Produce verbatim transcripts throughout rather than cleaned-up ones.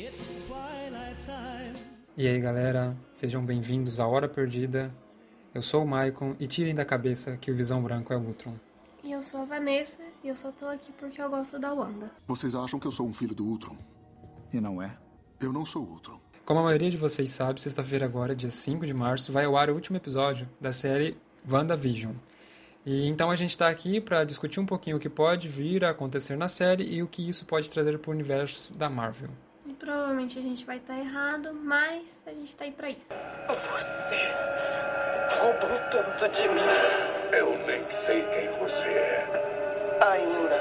E aí galera, sejam bem-vindos à Hora Perdida. Eu sou o Maicon e tirem da cabeça que o Visão Branco é o Ultron. E eu sou a Vanessa e eu só tô aqui porque eu gosto da Wanda. Vocês acham que eu sou um filho do Ultron? E não é? Eu não sou o Ultron. Como a maioria de vocês sabe, sexta-feira agora, dia cinco de março, vai ao ar o último episódio da série WandaVision. E então a gente está aqui para discutir um pouquinho o que pode vir a acontecer na série e o que isso pode trazer para o universo da Marvel. E provavelmente a gente vai estar errado, mas a gente tá aí pra isso. Você roubou tudo de mim. Eu nem sei quem você é. Ainda.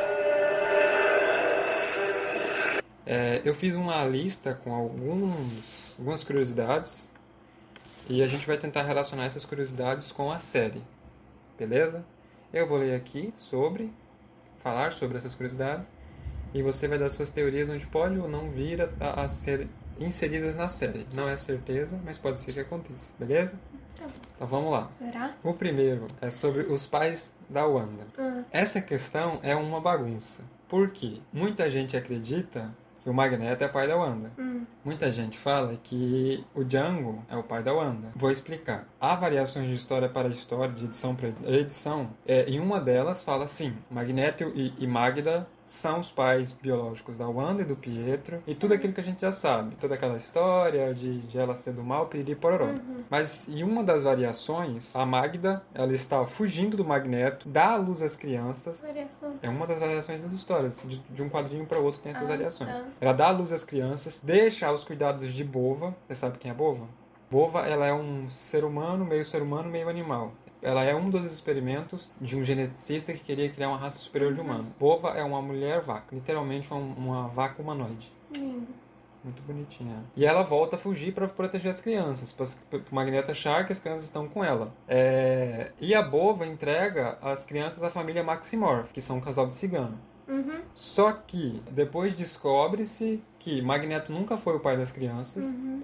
É, eu fiz uma lista com alguns, algumas curiosidades e a gente vai tentar relacionar essas curiosidades com a série, beleza? Eu vou ler aqui sobre, falar sobre essas curiosidades e você vai dar suas teorias onde pode ou não vir a, a ser inseridas na série. Não é certeza, mas pode ser que aconteça, beleza? Tá bom. Então vamos lá. Será? O primeiro é sobre os pais da Wanda. Ah. Essa questão é uma bagunça. Por quê? Muita gente acredita que o Magneto é pai da Wanda. Hum. Muita gente fala que o Django é o pai da Wanda. Vou explicar. Há variações de história para história, de edição para edição. É, em uma delas fala assim, Magneto e, e Magda são os pais biológicos da Wanda e do Pietro. E tudo aquilo que a gente já sabe. Toda aquela história de, de ela ser do mal, piriri pororó. Uhum. Mas em uma das variações, a Magda, ela está fugindo do Magneto, dá à luz às crianças. Variação. É uma das variações das histórias. De, de um quadrinho para outro tem essas Ah, variações. tá. Ela dá à luz às crianças, deixa aos cuidados de Bova. Você sabe quem é Bova? Bova, ela é um ser humano, meio ser humano, meio animal. Ela é um dos experimentos de um geneticista que queria criar uma raça superior de humano. Bova é uma mulher vaca, literalmente uma, uma vaca humanoide. Lindo. Muito bonitinha. E ela volta a fugir para proteger as crianças, para o Magneto achar que as crianças estão com ela. É... E a Bova entrega as crianças à família Maximoff, que são um casal de cigano. Uhum. Só que depois descobre-se que Magneto nunca foi o pai das crianças. Uhum.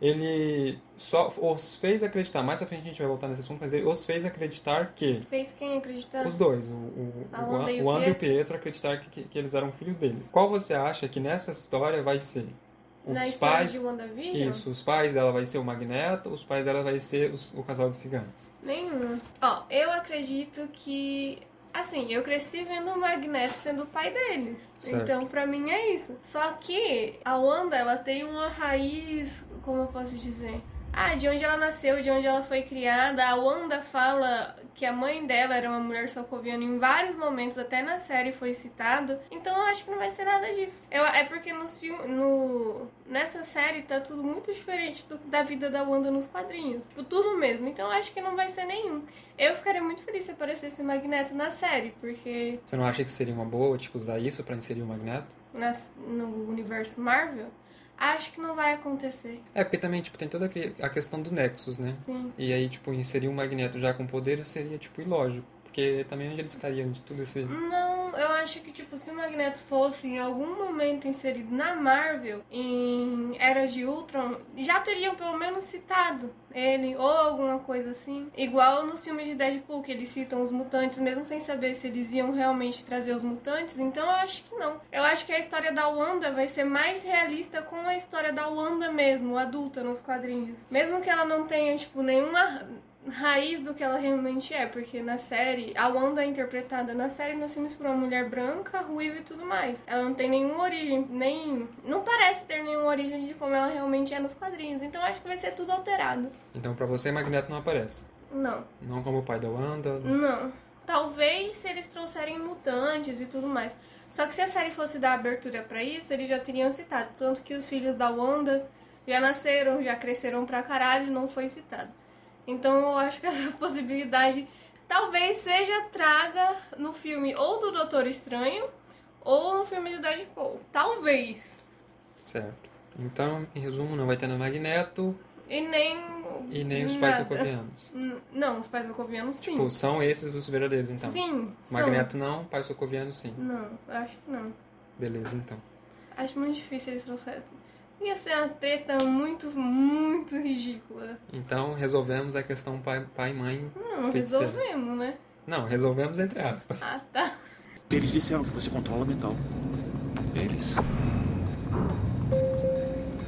Ele só os fez acreditar, mais pra frente a gente vai voltar nesse assunto, mas ele os fez acreditar que... Fez quem acreditar? Os dois, o, o, A o, Wanda e o o Wanda e o Pietro. Pietro acreditar que, que, que eles eram filhos deles. Qual você acha que nessa história vai ser? Os Na história pais... de WandaVision? Isso, os pais dela vai ser o Magneto, os pais dela vai ser os, o casal de cigano. Nenhum. Ó, eu acredito que... Assim, eu cresci vendo o Magneto sendo o pai deles. Certo. Então, pra mim é isso. Só que a Wanda, ela tem uma raiz... Como eu posso dizer? Ah, de onde ela nasceu, de onde ela foi criada. A Wanda fala que a mãe dela era uma mulher socoviana em vários momentos, até na série foi citado. Então eu acho que não vai ser nada disso. Eu, é porque nos film, no, nessa série tá tudo muito diferente do, da vida da Wanda nos quadrinhos. Tipo, tudo mesmo. Então eu acho que não vai ser nenhum. Eu ficaria muito feliz se aparecesse o Magneto na série, porque... Você não acha que seria uma boa, tipo, usar isso pra inserir o Magneto? Nas, no universo Marvel... Acho que não vai acontecer. É, porque também, tipo, tem toda a questão do Nexus, né? Sim. E aí, tipo, inserir um Magneto já com poder seria, tipo, ilógico. Porque também onde ele estaria de tudo esse... Não, eu acho que, tipo, se o Magneto fosse em algum momento inserido na Marvel, em Era de Ultron, já teriam pelo menos citado ele, ou alguma coisa assim. Igual nos filmes de Deadpool, que eles citam os mutantes, mesmo sem saber se eles iam realmente trazer os mutantes. Então eu acho que não. Eu acho que a história da Wanda vai ser mais realista com a história da Wanda mesmo, adulta, nos quadrinhos. Mesmo que ela não tenha, tipo, nenhuma... raiz do que ela realmente é, porque na série, a Wanda é interpretada na série nos filmes por uma mulher branca, ruiva e tudo mais. Ela não tem nenhuma origem, nem... não parece ter nenhuma origem de como ela realmente é nos quadrinhos, então acho que vai ser tudo alterado. Então pra você, Magneto não aparece? Não. Não como o pai da Wanda? Não. Talvez se eles trouxerem mutantes e tudo mais. Só que se a série fosse dar abertura pra isso, eles já teriam citado. Tanto que os filhos da Wanda já nasceram, já cresceram pra caralho e não foi citado. Então eu acho que essa possibilidade talvez seja traga no filme ou do Doutor Estranho ou no filme do Deadpool. Talvez. Certo. Então, em resumo, não vai ter no Magneto E nem... e nem os nada. pais socovianos. N- Não, os pais socovianos sim. Tipo, são esses os verdadeiros, então. Sim, são. Magneto não, pai socoviano sim. Não, eu acho que não. Beleza, então. Acho muito difícil eles trouxerem. Ia ser uma treta muito, muito ridícula. Então, resolvemos a questão pai, pai e mãe. Não, feiticeiro. resolvemos, né? Não, resolvemos entre aspas. Ah, tá. Eles disseram que você controla mental. Eles?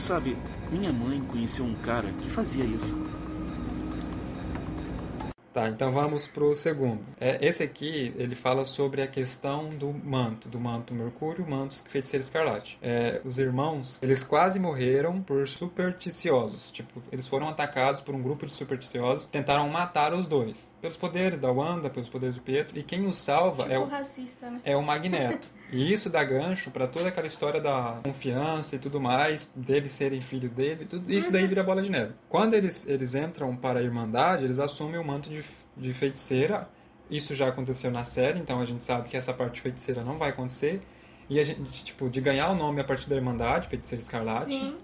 Sabe, minha mãe conheceu um cara que fazia isso. Tá, então vamos pro segundo. É, esse aqui, ele fala sobre a questão do manto, do manto Mercúrio, manto Feiticeiro Escarlate. É, os irmãos, eles quase morreram por supersticiosos. Tipo, eles foram atacados por um grupo de supersticiosos, tentaram matar os dois. Pelos poderes da Wanda, pelos poderes do Pietro. E quem os salva tipo é, o, racista, né? é o Magneto. E isso dá gancho pra toda aquela história da confiança e tudo mais, deles serem filhos dele, tudo isso daí vira bola de neve. Quando eles, eles entram para a Irmandade, eles assumem o manto de, de feiticeira. Isso já aconteceu na série, então a gente sabe que essa parte de feiticeira não vai acontecer. E a gente, tipo, de ganhar o nome a partir da Irmandade, Feiticeira Escarlate. Sim.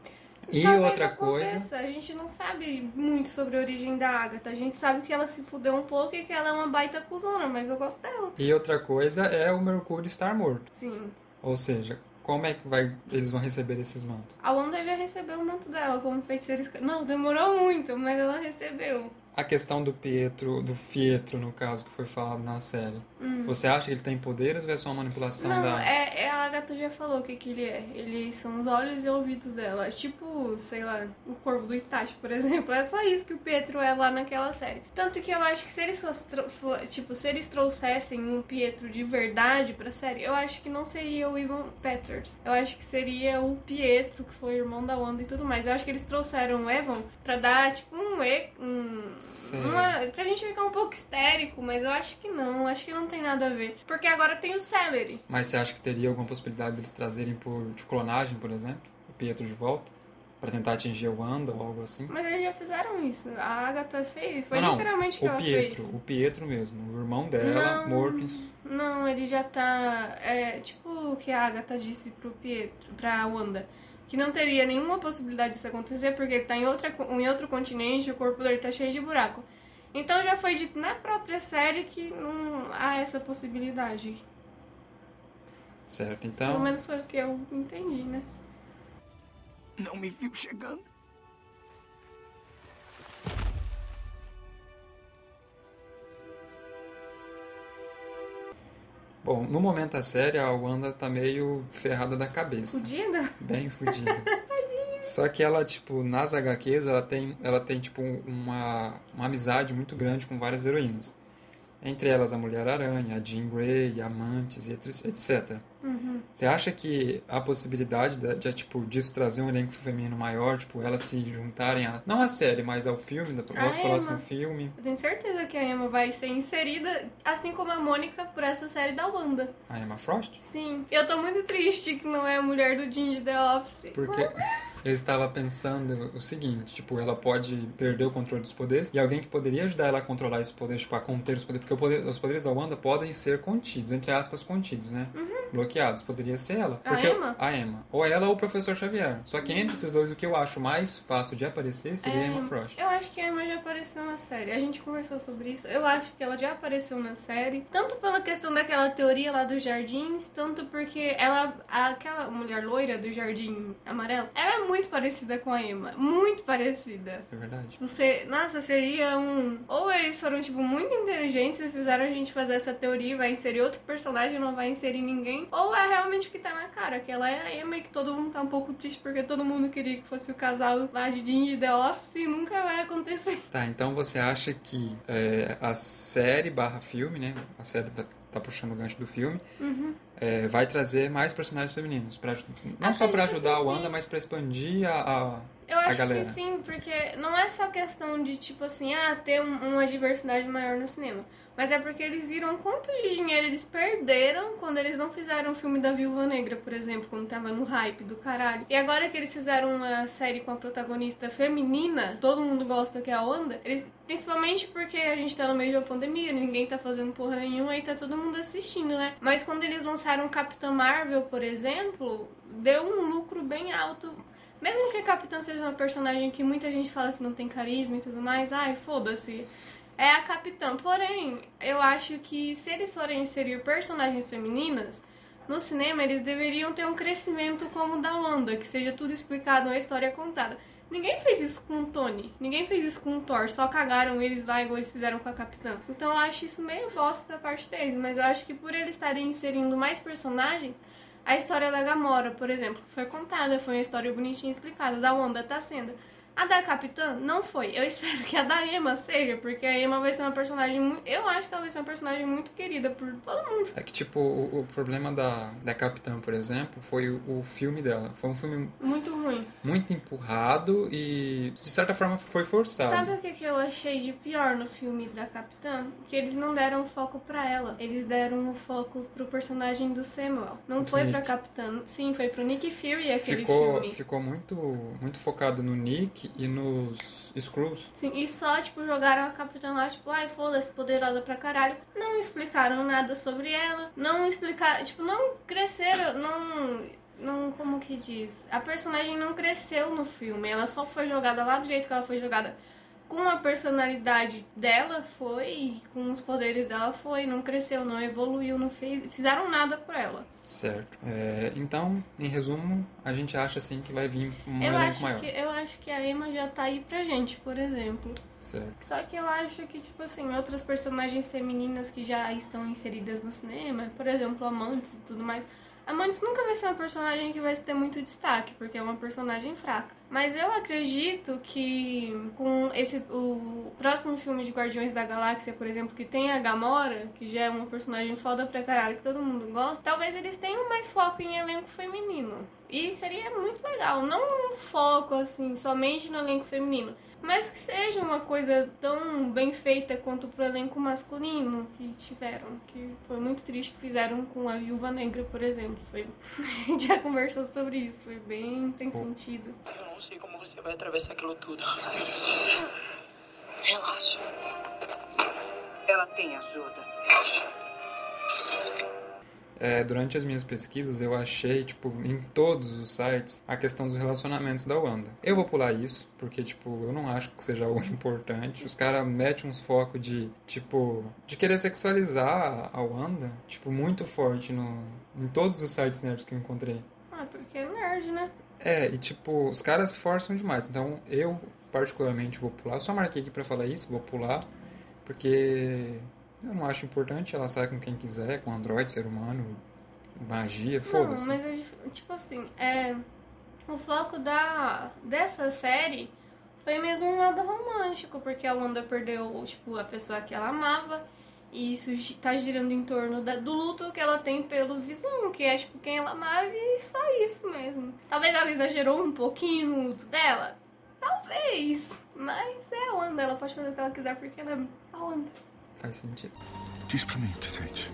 E Talvez outra aconteça. coisa... A gente não sabe muito sobre a origem da Agatha. A gente sabe que ela se fudeu um pouco e que ela é uma baita cuzona, mas eu gosto dela. E outra coisa é o Mercúrio estar morto. Sim. Ou seja, como é que vai, eles vão receber esses mantos? A Wanda já recebeu o manto dela como feiticeira escarlate. Não, demorou muito, mas ela recebeu. A questão do Pietro, do Fietro, no caso, que foi falado na série. Hum. Você acha que ele tem poderes ou é só uma manipulação Não, da... é, é a Agatha já falou o que, que ele é. Eles são os olhos e ouvidos dela. É tipo, sei lá, o corvo do Itachi, por exemplo. É só isso que o Pietro é lá naquela série. Tanto que eu acho que se eles fosse tro- fo- tipo, se eles trouxessem um Pietro de verdade pra série, eu acho que não seria o Ivan Peters. Eu acho que seria o Pietro, que foi irmão da Wanda e tudo mais. Eu acho que eles trouxeram o Evan pra dar, tipo, um... E, um uma, pra gente ficar um pouco histérico, mas eu acho que não. Acho que não tem nada a ver. Porque agora tem o Celery. Mas você acha que teria alguma possibilidade deles trazerem por de clonagem, por exemplo? O Pietro de volta? Pra tentar atingir o Wanda ou algo assim? Mas eles já fizeram isso. A Agatha fez. Foi não, não, literalmente o que o ela Pietro, fez. o Pietro mesmo. O irmão dela, Não. morto em... Não, ele já tá... É tipo o que a Agatha disse pro Pietro, pra Wanda. Que não teria nenhuma possibilidade disso acontecer porque ele tá em, outra, em outro continente e o corpo dele tá cheio de buraco. Então já foi dito na própria série que não há essa possibilidade. Certo, então... Pelo menos foi o que eu entendi, né? Não me viu chegando. Bom, no momento da série, a Wanda tá meio ferrada da cabeça. Fudida? Bem fudida. Só que ela, tipo, nas agá quês, ela tem, ela tem tipo, uma, uma amizade muito grande com várias heroínas. Entre elas a Mulher-Aranha, a Jean Grey, a Mantis, etcétera. Uhum. Você acha que há possibilidade de, de, tipo, disso trazer um elenco feminino maior, tipo, elas se juntarem, a, não à série, mas ao filme, do nosso próximo filme? Eu tenho certeza que a Emma vai ser inserida, assim como a Mônica, por essa série da Wanda. A Emma Frost? Sim. Eu tô muito triste que não é a mulher do Jim de The Office. Porque eu estava pensando o seguinte, tipo, ela pode perder o controle dos poderes e alguém que poderia ajudar ela a controlar esses poderes, tipo, a conter os poderes, porque o poder, os poderes da Wanda podem ser contidos, entre aspas, contidos, né? Uhum. Bloqueados. Poderia ser ela. A Porque Emma? A Emma. Ou ela ou o Professor Xavier. Só que entre esses dois, o que eu acho mais fácil de aparecer seria É, a Emma Frost. Eu acho que a Emma já apareceu na série. A gente conversou sobre isso. Eu acho que ela já apareceu na série. Tanto pela questão daquela teoria lá dos jardins, tanto porque ela, aquela mulher loira do jardim amarelo, ela é muito parecida com a Emma. Muito parecida. É verdade. Você, nossa, seria um... Ou eles foram, tipo, muito inteligentes e fizeram a gente fazer essa teoria e vai inserir outro personagem, não vai inserir ninguém. Ou é realmente o que tá na cara, que ela é a Emma e que todo mundo tá um pouco triste porque todo mundo queria que fosse o casal lá de Jim e The Office e nunca vai acontecer. Tá, então você acha que é, a série barra filme, né? A série tá, tá puxando o gancho do filme. Uhum. É, vai trazer mais personagens femininos. Pra, não Acredito só pra ajudar a que Wanda, sim. mas pra expandir a, a, Eu a acho galera. que sim, porque não é só questão de, tipo assim, ah, ter um- uma diversidade maior no cinema. Mas é porque eles viram quanto de dinheiro eles perderam quando eles não fizeram o filme da Viúva Negra, por exemplo, quando tava no hype do caralho. E agora que eles fizeram uma série com a protagonista feminina, todo mundo gosta que é a Wanda, eles, principalmente porque a gente tá no meio de uma pandemia, ninguém tá fazendo porra nenhuma e tá todo mundo assistindo, né? Mas quando eles lançaram Capitã Marvel, por exemplo, deu um lucro bem alto. Mesmo que a Capitã seja uma personagem que muita gente fala que não tem carisma e tudo mais, ai, foda-se. É a Capitã. Porém, eu acho que se eles forem inserir personagens femininas, no cinema eles deveriam ter um crescimento como o da Wanda, que seja tudo explicado, uma história contada. Ninguém fez isso com o Tony, ninguém fez isso com o Thor, só cagaram eles lá igual eles fizeram com a Capitã. Então eu acho isso meio bosta da parte deles, mas eu acho que por eles estarem inserindo mais personagens, A história da Gamora, por exemplo, foi contada, foi uma história bonitinha explicada. Da Wanda tá sendo. A da Capitã não foi. Eu espero que a da Emma seja, porque a Emma vai ser uma personagem muito... Eu acho que ela vai ser uma personagem muito querida por todo mundo. É que, tipo, o, o problema da, da Capitã, por exemplo, foi o, o filme dela. Foi um filme... Muito ruim. Muito empurrado e, de certa forma, foi forçado. Sabe o que, que eu achei de pior no filme da Capitã? Que eles não deram foco pra ela. Eles deram o foco pro personagem do Samuel. Não Do foi Nick. pra Capitã. Sim, foi pro Nick Fury aquele Ficou, filme. ficou muito, muito focado no Nick e nos Skrulls. Sim, e só, tipo, jogaram a Capitã lá, tipo, ai, foda-se, poderosa pra caralho. Não explicaram nada sobre ela. Não explicaram, tipo, não cresceram, não... Não, como que diz? A personagem não cresceu no filme. Ela só foi jogada lá do jeito que ela foi jogada. Com a personalidade dela, foi. Com os poderes dela, foi. Não cresceu, não evoluiu, não fez... Fizeram nada por ela. Certo. É, então, em resumo, a gente acha, assim, que vai vir um eu elenco acho maior. Que, eu acho que a Emma já tá aí pra gente, por exemplo. Certo. Só que eu acho que, tipo assim, outras personagens femininas que já estão inseridas no cinema, por exemplo, Amantes e tudo mais... Amantes nunca vai ser uma personagem que vai ter muito destaque, porque é uma personagem fraca. Mas eu acredito que com esse o próximo filme de Guardiões da Galáxia, por exemplo, que tem a Gamora, que já é uma personagem foda pra caralho, que todo mundo gosta, talvez eles tenham mais foco em elenco feminino. E seria muito legal, não um foco, assim, somente no elenco feminino, mas que seja uma coisa tão bem feita quanto pro elenco masculino que tiveram, que foi muito triste que fizeram com a Viúva Negra, por exemplo. Foi... A gente já conversou sobre isso, foi bem sem sentido. Eu não sei como você vai atravessar aquilo tudo. Relaxa. Ela tem ajuda. É, durante as minhas pesquisas, eu achei, tipo, em todos os sites, a questão dos relacionamentos da Wanda. Eu vou pular isso, porque, tipo, eu não acho que seja algo importante. Os caras metem uns focos de, tipo, de querer sexualizar a Wanda, tipo, muito forte no, em todos os sites nerds que eu encontrei. Ah, porque é nerd, né? É, e, tipo, os caras forçam demais. Então, eu, particularmente, vou pular. Eu só marquei aqui pra falar isso, vou pular, porque... Eu não acho importante, ela sai com quem quiser, com androide, ser humano, magia, foda-se. Não, mas é, tipo assim, é, o foco da, dessa série foi mesmo um lado romântico, porque a Wanda perdeu, tipo, a pessoa que ela amava, e isso tá girando em torno da, do luto que ela tem pelo Visão, que é, tipo, quem ela amava e só isso mesmo. Talvez ela exagerou um pouquinho no luto dela, talvez, mas é a Wanda, ela pode fazer o que ela quiser porque ela é a Wanda. Faz sentido. Diz pra mim o que sente.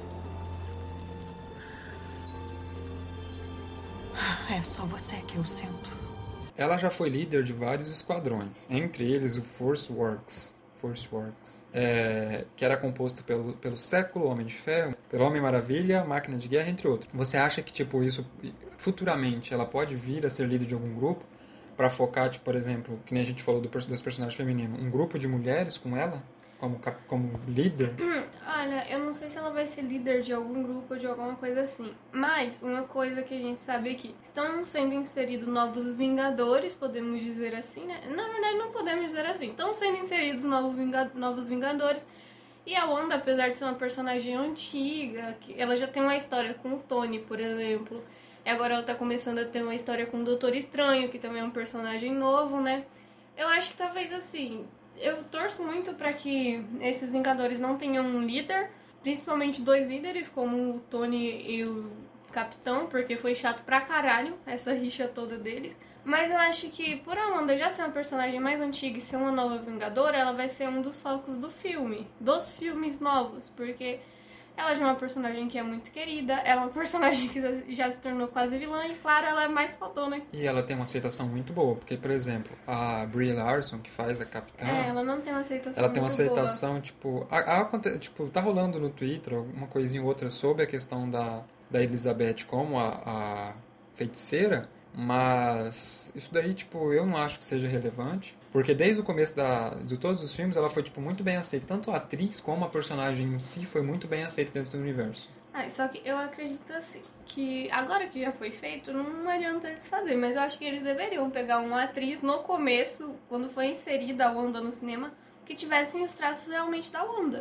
É só você que eu sinto. Ela já foi líder de vários esquadrões, entre eles o Force Works, Force Works é, que era composto pelo, pelo Século, Homem de Ferro, pelo Homem-Maravilha, Máquina de Guerra, entre outros. Você acha que, tipo, isso, futuramente, ela pode vir a ser líder de algum grupo, pra focar, tipo, por exemplo, que nem a gente falou do, dos personagens femininos, um grupo de mulheres com ela? Como, como líder? Hum, olha, eu não sei se ela vai ser líder de algum grupo ou de alguma coisa assim. Mas, uma coisa que a gente sabe é que estão sendo inseridos novos Vingadores, podemos dizer assim, né? Na verdade, não podemos dizer assim. Estão sendo inseridos novos, vinga novos Vingadores. E a Wanda, apesar de ser uma personagem antiga, que ela já tem uma história com o Tony, por exemplo. E agora ela tá começando a ter uma história com o Doutor Estranho, que também é um personagem novo, né? Eu acho que talvez assim... Eu torço muito pra que esses Vingadores não tenham um líder, principalmente dois líderes, como o Tony e o Capitão, porque foi chato pra caralho essa rixa toda deles. Mas eu acho que, por a Wanda já ser uma personagem mais antiga e ser uma nova Vingadora, ela vai ser um dos focos do filme, dos filmes novos, porque ela já é uma personagem que é muito querida, ela é uma personagem que já se tornou quase vilã e, claro, ela é mais fodona. E ela tem uma aceitação muito boa, porque, por exemplo, a Brie Larson, que faz a Capitã... É, ela não tem uma aceitação Ela tem uma muito aceitação, tipo... A, a, tipo, tá rolando no Twitter alguma coisinha ou outra sobre a questão da, da Elizabeth como a, a feiticeira, mas isso daí, tipo, eu não acho que seja relevante, porque desde o começo da, de todos os filmes ela foi, tipo, muito bem aceita. Tanto a atriz como a personagem em si foi muito bem aceita dentro do universo. Ah, só que eu acredito assim, que agora que já foi feito, não adianta eles fazerem, mas eu acho que eles deveriam pegar uma atriz no começo, quando foi inserida a Wanda no cinema, que tivessem os traços realmente da Wanda.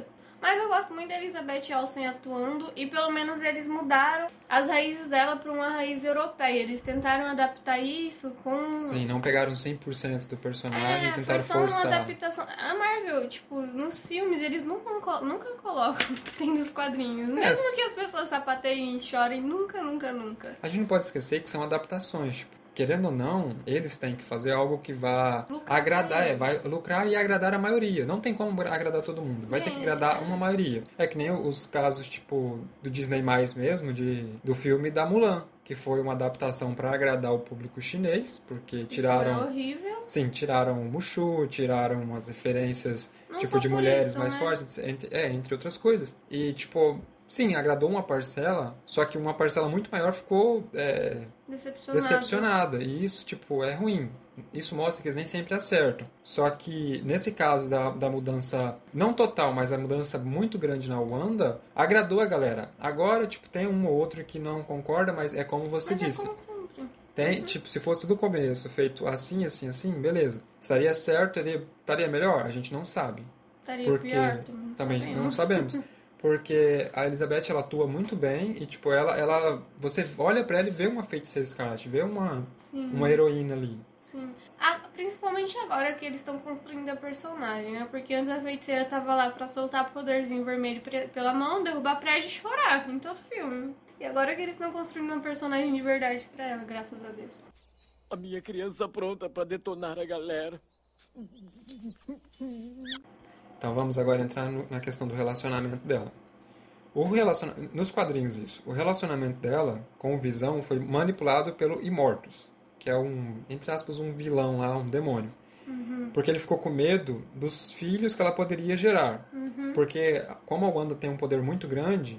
Mas eu gosto muito da Elizabeth Olsen atuando e pelo menos eles mudaram as raízes dela para uma raiz europeia. Eles tentaram adaptar isso com... Sim, não pegaram cem por cento do personagem é, e tentaram foi só forçar. uma adaptação. A Marvel, tipo, nos filmes, eles nunca, nunca colocam o que tem nos quadrinhos. Mesmo É. que as pessoas sapateiem e chorem, nunca, nunca, nunca. A gente não pode esquecer que são adaptações, tipo, querendo ou não, eles têm que fazer algo que vá Lucrar agradar, é, eles. vai lucrar e agradar a maioria. Não tem como agradar todo mundo, vai ter que Gente, agradar é. uma maioria. É que nem os casos, tipo, do Disney mais mesmo, de, do filme da Mulan, que foi uma adaptação para agradar o público chinês, porque tiraram... Foi horrível. Sim, tiraram o Mushu, tiraram umas referências, Não tipo, só de por mulheres isso, mais né? fortes, entre, é, entre outras coisas. E, tipo, sim, agradou uma parcela, só que uma parcela muito maior ficou é, Decepcionado. decepcionada. E isso, tipo, é ruim. Isso mostra que eles nem sempre acertam. Só que, nesse caso da, da mudança, não total, mas a mudança muito grande na Wanda, agradou a galera. Agora, tipo, tem um ou outro que não concorda, mas é como você Mas disse. é como sempre. Tem, tipo, se fosse do começo, feito assim, assim, assim, beleza. Estaria certo, estaria, estaria melhor? A gente não sabe. Estaria Porque pior, não também sabemos. não sabemos. Porque a Elizabeth, ela atua muito bem e, tipo, ela, ela você olha pra ela e vê uma feiticeira escarlate, vê uma, Sim. uma heroína ali. Sim. Ah, principalmente agora que eles estão construindo a personagem, né? Porque antes a feiticeira tava lá pra soltar poderzinho vermelho pre- pela mão, derrubar prédio e chorar em todo filme. E agora que eles estão construindo uma personagem de verdade pra ela, graças a Deus. A minha criança pronta pra detonar a galera. Então vamos agora entrar no- na questão do relacionamento dela. O relaciona... Nos quadrinhos isso, o relacionamento dela com o Visão foi manipulado pelo Immortus, que é um, entre aspas, um vilão lá, um demônio. Uhum. Porque ele ficou com medo dos filhos que ela poderia gerar. Uhum. Porque, como a Wanda tem um poder muito grande,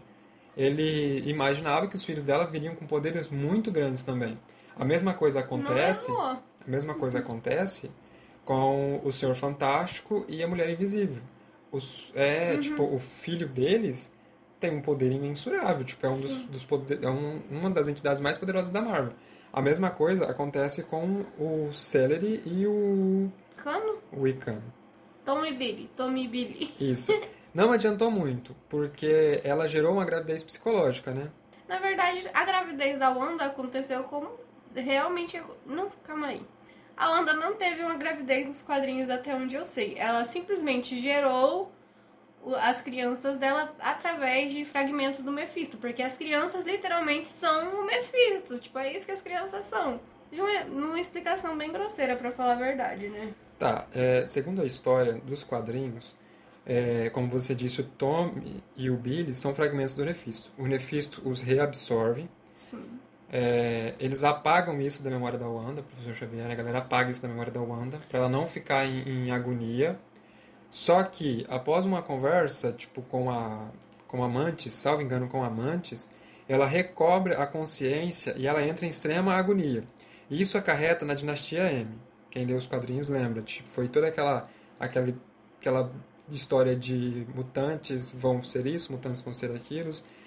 ele imaginava que os filhos dela viriam com poderes muito grandes também. A mesma coisa acontece, Não errou. a mesma coisa acontece com o Senhor Fantástico e a Mulher Invisível. Os, é, Uhum. tipo, o filho deles tem um poder imensurável, tipo, é um dos, dos poder, é um, uma das entidades mais poderosas da Marvel. A mesma coisa acontece com o Celery e o Cano? Wiccan. Tom e Billy. Tom e Billy. Isso. Não adiantou muito, porque ela gerou uma gravidez psicológica, né? Na verdade, a gravidez da Wanda aconteceu como realmente... Não, calma aí. A Wanda não teve uma gravidez nos quadrinhos até onde eu sei. Ela simplesmente gerou o- as crianças dela através de fragmentos do Mephisto. Porque as crianças literalmente são o Mephisto. Tipo, é isso que as crianças são. De uma, numa explicação bem grosseira, pra falar a verdade, né? Tá, é, segundo a história dos quadrinhos, é, como você disse, o Tom e o Billy são fragmentos do Nefisto. O Nefisto os reabsorve. Sim. É, eles apagam isso da memória da Wanda, o professor Xavier, a galera apaga isso da memória da Wanda, pra ela não ficar em, em agonia. Só que, após uma conversa, tipo, com a, com a Mantis, salvo engano, com a Mantis, ela recobre a consciência e ela entra em extrema agonia. E isso acarreta na Dinastia M. Quem lê os quadrinhos lembra. Tipo, foi toda aquela, aquela, aquela história de mutantes vão ser isso, mutantes vão ser aquilo.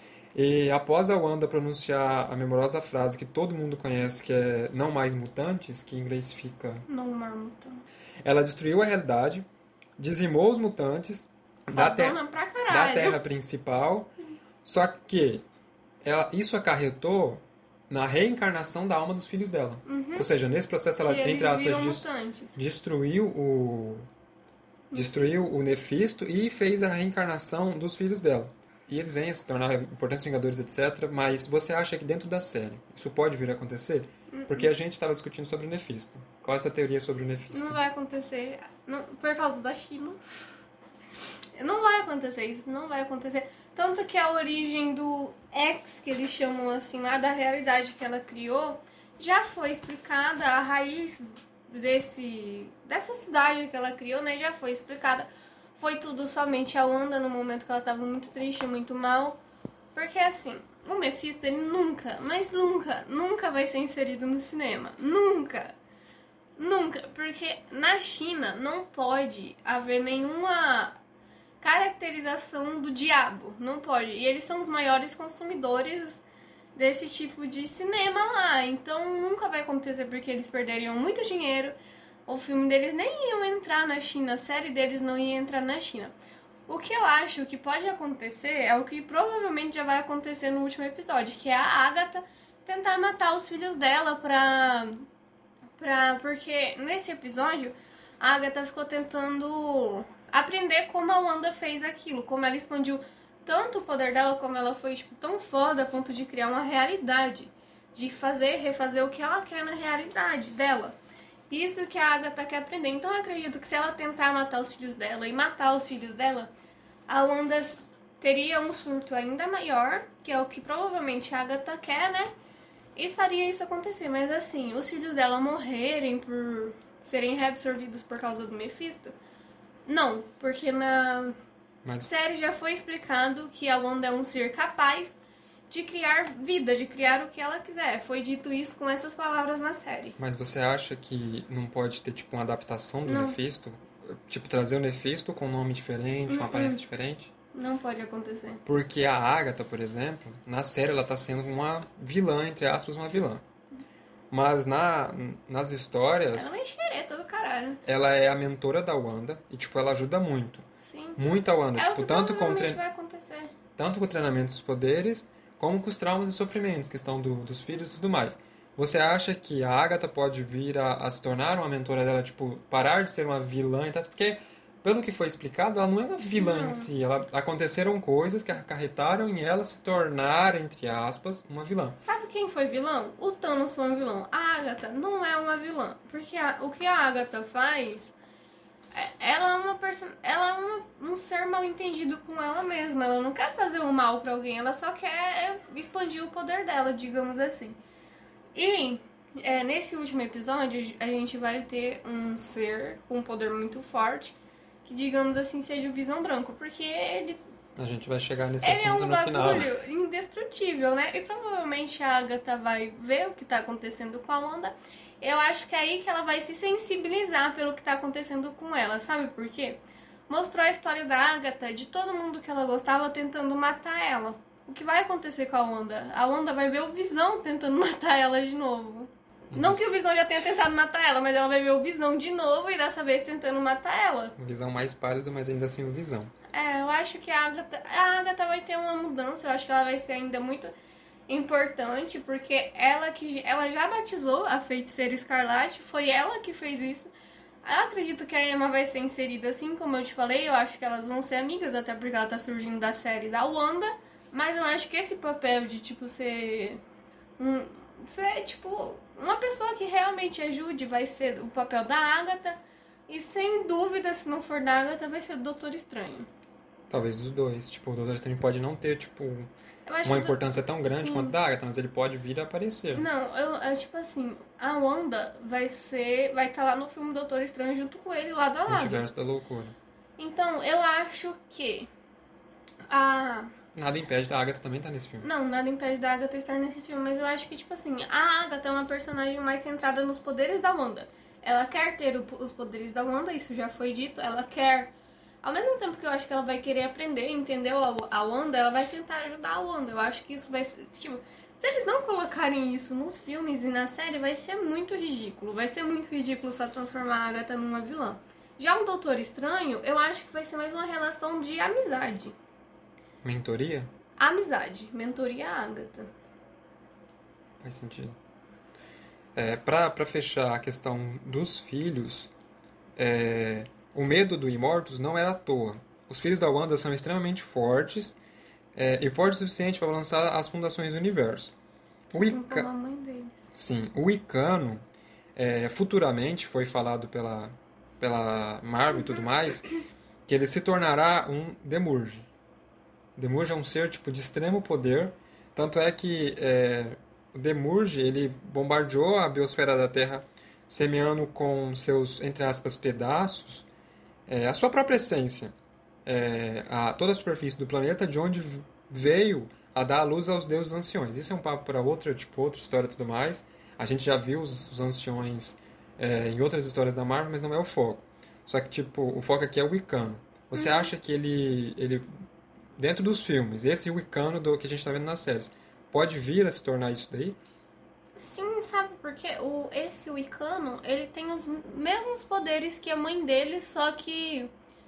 E após a Wanda pronunciar a memorosa frase que todo mundo conhece, que é não mais mutantes, que em inglês fica... Não marmota. Ela destruiu a realidade, dizimou os mutantes da, te Fodona pra da caralho. Terra principal, só que ela, isso acarretou na reencarnação da alma dos filhos dela. Uhum. Ou seja, nesse processo ela, E eles entre aspas, viram des- mutantes. destruiu o destruiu o Nefisto e fez a reencarnação dos filhos dela. E eles vêm a se tornar importantes Vingadores, etcétera. Mas você acha que dentro da série isso pode vir a acontecer? Porque a gente estava discutindo sobre o Nefisto. Qual é essa teoria sobre o Nefisto? Não vai acontecer não, por causa da China. Não vai acontecer isso, não vai acontecer. Tanto que a origem do X, que eles chamam assim lá, da realidade que ela criou, já foi explicada. A raiz desse, dessa cidade que ela criou, né, já foi explicada. Foi tudo somente a Wanda no momento que ela tava muito triste, muito mal. Porque assim, o Mephisto, ele nunca, mas nunca, nunca vai ser inserido no cinema. Nunca. Nunca. Porque na China não pode haver nenhuma caracterização do diabo. Não pode. E eles são os maiores consumidores desse tipo de cinema lá. Então nunca vai acontecer porque eles perderiam muito dinheiro. O filme deles nem iam entrar na China. A série deles não ia entrar na China. O que eu acho que pode acontecer é o que provavelmente já vai acontecer no último episódio, que é a Agatha tentar matar os filhos dela pra... pra porque nesse episódio a Agatha ficou tentando aprender como a Wanda fez aquilo, como ela expandiu tanto o poder dela, como ela foi tipo, tão foda a ponto de criar uma realidade, de fazer, refazer o que ela quer na realidade dela. Isso que a Agatha quer aprender. Então eu acredito que se ela tentar matar os filhos dela e matar os filhos dela, a Wanda teria um surto ainda maior, que é o que provavelmente a Agatha quer, né? E faria isso acontecer. Mas assim, os filhos dela morrerem por serem reabsorvidos por causa do Mephisto, não. Porque na Mas... série já foi explicado que a Wanda é um ser capaz de criar vida, de criar o que ela quiser. Foi dito isso com essas palavras na série. Mas você acha que não pode ter, tipo, uma adaptação do Não. Mephisto? Tipo, trazer o Mephisto com um nome diferente, uma Uh-uh. aparência diferente? Não pode acontecer. Porque a Agatha, por exemplo, na série ela tá sendo uma vilã, entre aspas, uma vilã. Mas na, nas histórias, Ela é uma enxereta do caralho. ela é a mentora da Wanda e, tipo, ela ajuda muito. Sim. Muito a Wanda, É o tipo, que tanto com, o provavelmente trein... vai acontecer. tanto com o treinamento dos poderes, como com os traumas e sofrimentos que estão do, dos filhos e tudo mais. Você acha que a Agatha pode vir a, a se tornar uma mentora dela, tipo, parar de ser uma vilã? Então, porque, pelo que foi explicado, ela não é uma vilã Não. em si. Ela, aconteceram coisas que acarretaram em ela se tornar, entre aspas, uma vilã. Sabe quem foi vilão? O Thanos foi um vilão. A Agatha não é uma vilã. Porque a- o que a Agatha faz... é- Ela é, uma perso... ela é uma- um ser mal entendido com ela mesma. Ela não quer fazer o mal pra alguém. Ela só quer expandir o poder dela, digamos assim. E é, nesse último episódio, a gente vai ter um ser com um poder muito forte, que, digamos assim, seja o Visão Branco. Porque ele A gente vai chegar nesse Ele é assunto um no final. bagulho indestrutível, né? E provavelmente a Agatha vai ver o que tá acontecendo com a Wanda. Eu acho que é aí que ela vai se sensibilizar pelo que tá acontecendo com ela, sabe por quê? Mostrou a história da Agatha, de todo mundo que ela gostava tentando matar ela. O que vai acontecer com a Wanda? A Wanda vai ver o Visão tentando matar ela de novo. Não que o Visão já tenha tentado matar ela, mas ela vai ver o Visão de novo e dessa vez tentando matar ela. Visão mais pálido, mas ainda assim o Visão. É, eu acho que a Agatha, a Agatha vai ter uma mudança, eu acho que ela vai ser ainda muito importante, porque ela que ela já batizou a Feiticeira Escarlate, foi ela que fez isso. Eu acredito que a Emma vai ser inserida assim, como eu te falei, eu acho que elas vão ser amigas, até porque ela tá surgindo da série da Wanda, mas eu acho que esse papel de, tipo, ser um, ser, tipo, uma pessoa que realmente ajude vai ser o papel da Agatha, e sem dúvida, se não for da Agatha, vai ser do Doutor Estranho. Talvez dos dois. Tipo, o Doutor Estranho pode não ter, tipo, Eu acho uma que- importância tão grande Sim. quanto da Agatha, mas ele pode vir a aparecer. Não, eu, é tipo assim, a Wanda vai ser. Vai estar lá no filme Doutor Estranho junto com ele, lado a lado. Multiverso da loucura. Então, eu acho que a. Nada impede da Agatha também estar nesse filme. Não, nada impede da Agatha estar nesse filme, mas eu acho que, tipo assim, a Agatha é uma personagem mais centrada nos poderes da Wanda. Ela quer ter o- os poderes da Wanda, isso já foi dito, ela quer. Ao mesmo tempo que eu acho que ela vai querer aprender, entendeu? A, a Wanda, ela vai tentar ajudar a Wanda. Eu acho que isso vai ser. Tipo, se eles não colocarem isso nos filmes e na série, vai ser muito ridículo. Vai ser muito ridículo só transformar a Agatha numa vilã. Já um Doutor Estranho, eu acho que vai ser mais uma relação de amizade. Mentoria? Amizade, mentoria a Agatha. Faz sentido. É, pra, pra fechar a questão dos filhos, é, o medo do Immortus não era à toa. Os filhos da Wanda são extremamente fortes é, e fortes o suficiente para balançar as fundações do universo. O Assim Ica- como a mãe deles. Sim, o Icano, é, futuramente foi falado pela, pela Marvel e tudo mais, que ele se tornará um Demurge. Demurge é um ser tipo de extremo poder, tanto é que é, o Demurge ele bombardeou a biosfera da Terra, semeando com seus, entre aspas, pedaços, é, a sua própria essência, é, a, toda a superfície do planeta, de onde v- veio a dar a luz aos deuses anciões. Isso é um papo para outra, tipo, outra história e tudo mais. A gente já viu os, os anciões é, em outras histórias da Marvel, mas não é o foco. Só que, tipo, o foco aqui é o Wicano. Você Uhum. acha que ele, ele, dentro dos filmes, esse Wicano do que a gente está vendo nas séries, pode vir a se tornar isso daí? Sim, sabe porque o, esse Wicano, ele tem os mesmos poderes que a mãe dele, só que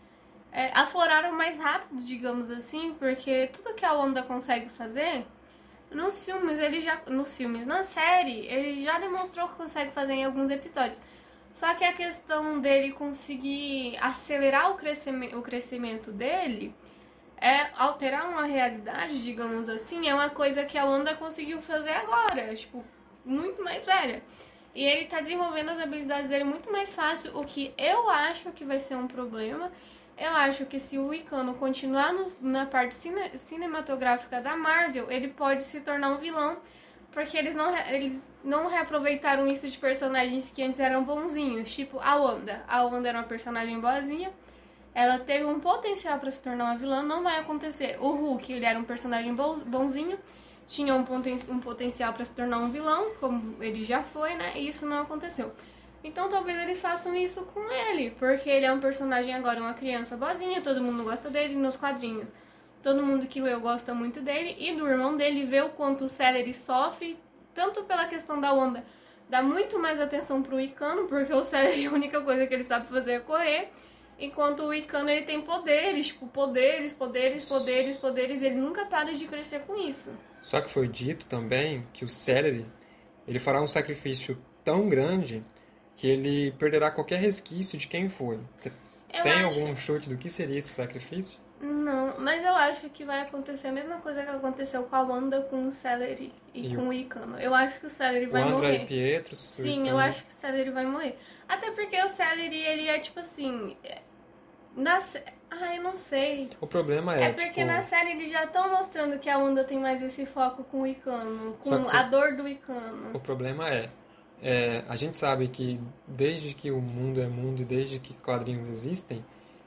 é, afloraram mais rápido, digamos assim, porque tudo que a Wanda consegue fazer, nos filmes, ele já. Nos filmes, na série, ele já demonstrou que consegue fazer em alguns episódios. Só que a questão dele conseguir acelerar o crescimento, o crescimento dele, é alterar uma realidade, digamos assim, é uma coisa que a Wanda conseguiu fazer agora, tipo, muito mais velha. E ele tá desenvolvendo as habilidades dele muito mais fácil, o que eu acho que vai ser um problema. Eu acho que se o Wiccan continuar no, na parte cine, cinematográfica da Marvel, ele pode se tornar um vilão, porque eles não, eles não reaproveitaram isso de personagens que antes eram bonzinhos, tipo a Wanda. A Wanda era uma personagem boazinha, ela teve um potencial para se tornar uma vilã, não vai acontecer. O Hulk, ele era um personagem bonzinho, tinha um, poten um potencial para se tornar um vilão, como ele já foi, né? E isso não aconteceu. Então talvez eles façam isso com ele, porque ele é um personagem agora, uma criança boazinha, todo mundo gosta dele nos quadrinhos. Todo mundo que leu gosta muito dele, e do irmão dele, vê o quanto o Celery sofre, tanto pela questão da Wanda, dá muito mais atenção pro Wiccan, porque o Celery, a única coisa que ele sabe fazer é correr, enquanto o Wiccan, ele tem poderes, tipo, poderes, poderes, poderes, poderes, ele nunca para de crescer com isso. Só que foi dito também que o Celery, ele fará um sacrifício tão grande que ele perderá qualquer resquício de quem foi. Você Eu tem acho... algum chute do que seria esse sacrifício? Não, mas eu acho que vai acontecer a mesma coisa que aconteceu com a Wanda, com o Celery e, E com o- o Wiccan. Eu acho que o Celery O vai André morrer. e Pietro... Sim, eu acho que o Celery vai morrer. Até porque o Celery, ele é tipo assim... é- Na... sé- Ah, eu não sei. O problema é, É porque tipo... na série eles já estão mostrando que a Wanda tem mais esse foco com o Wiccan, Só com que- a dor do Wiccan. O problema é, é, a gente sabe que desde que o mundo é mundo e desde que quadrinhos existem,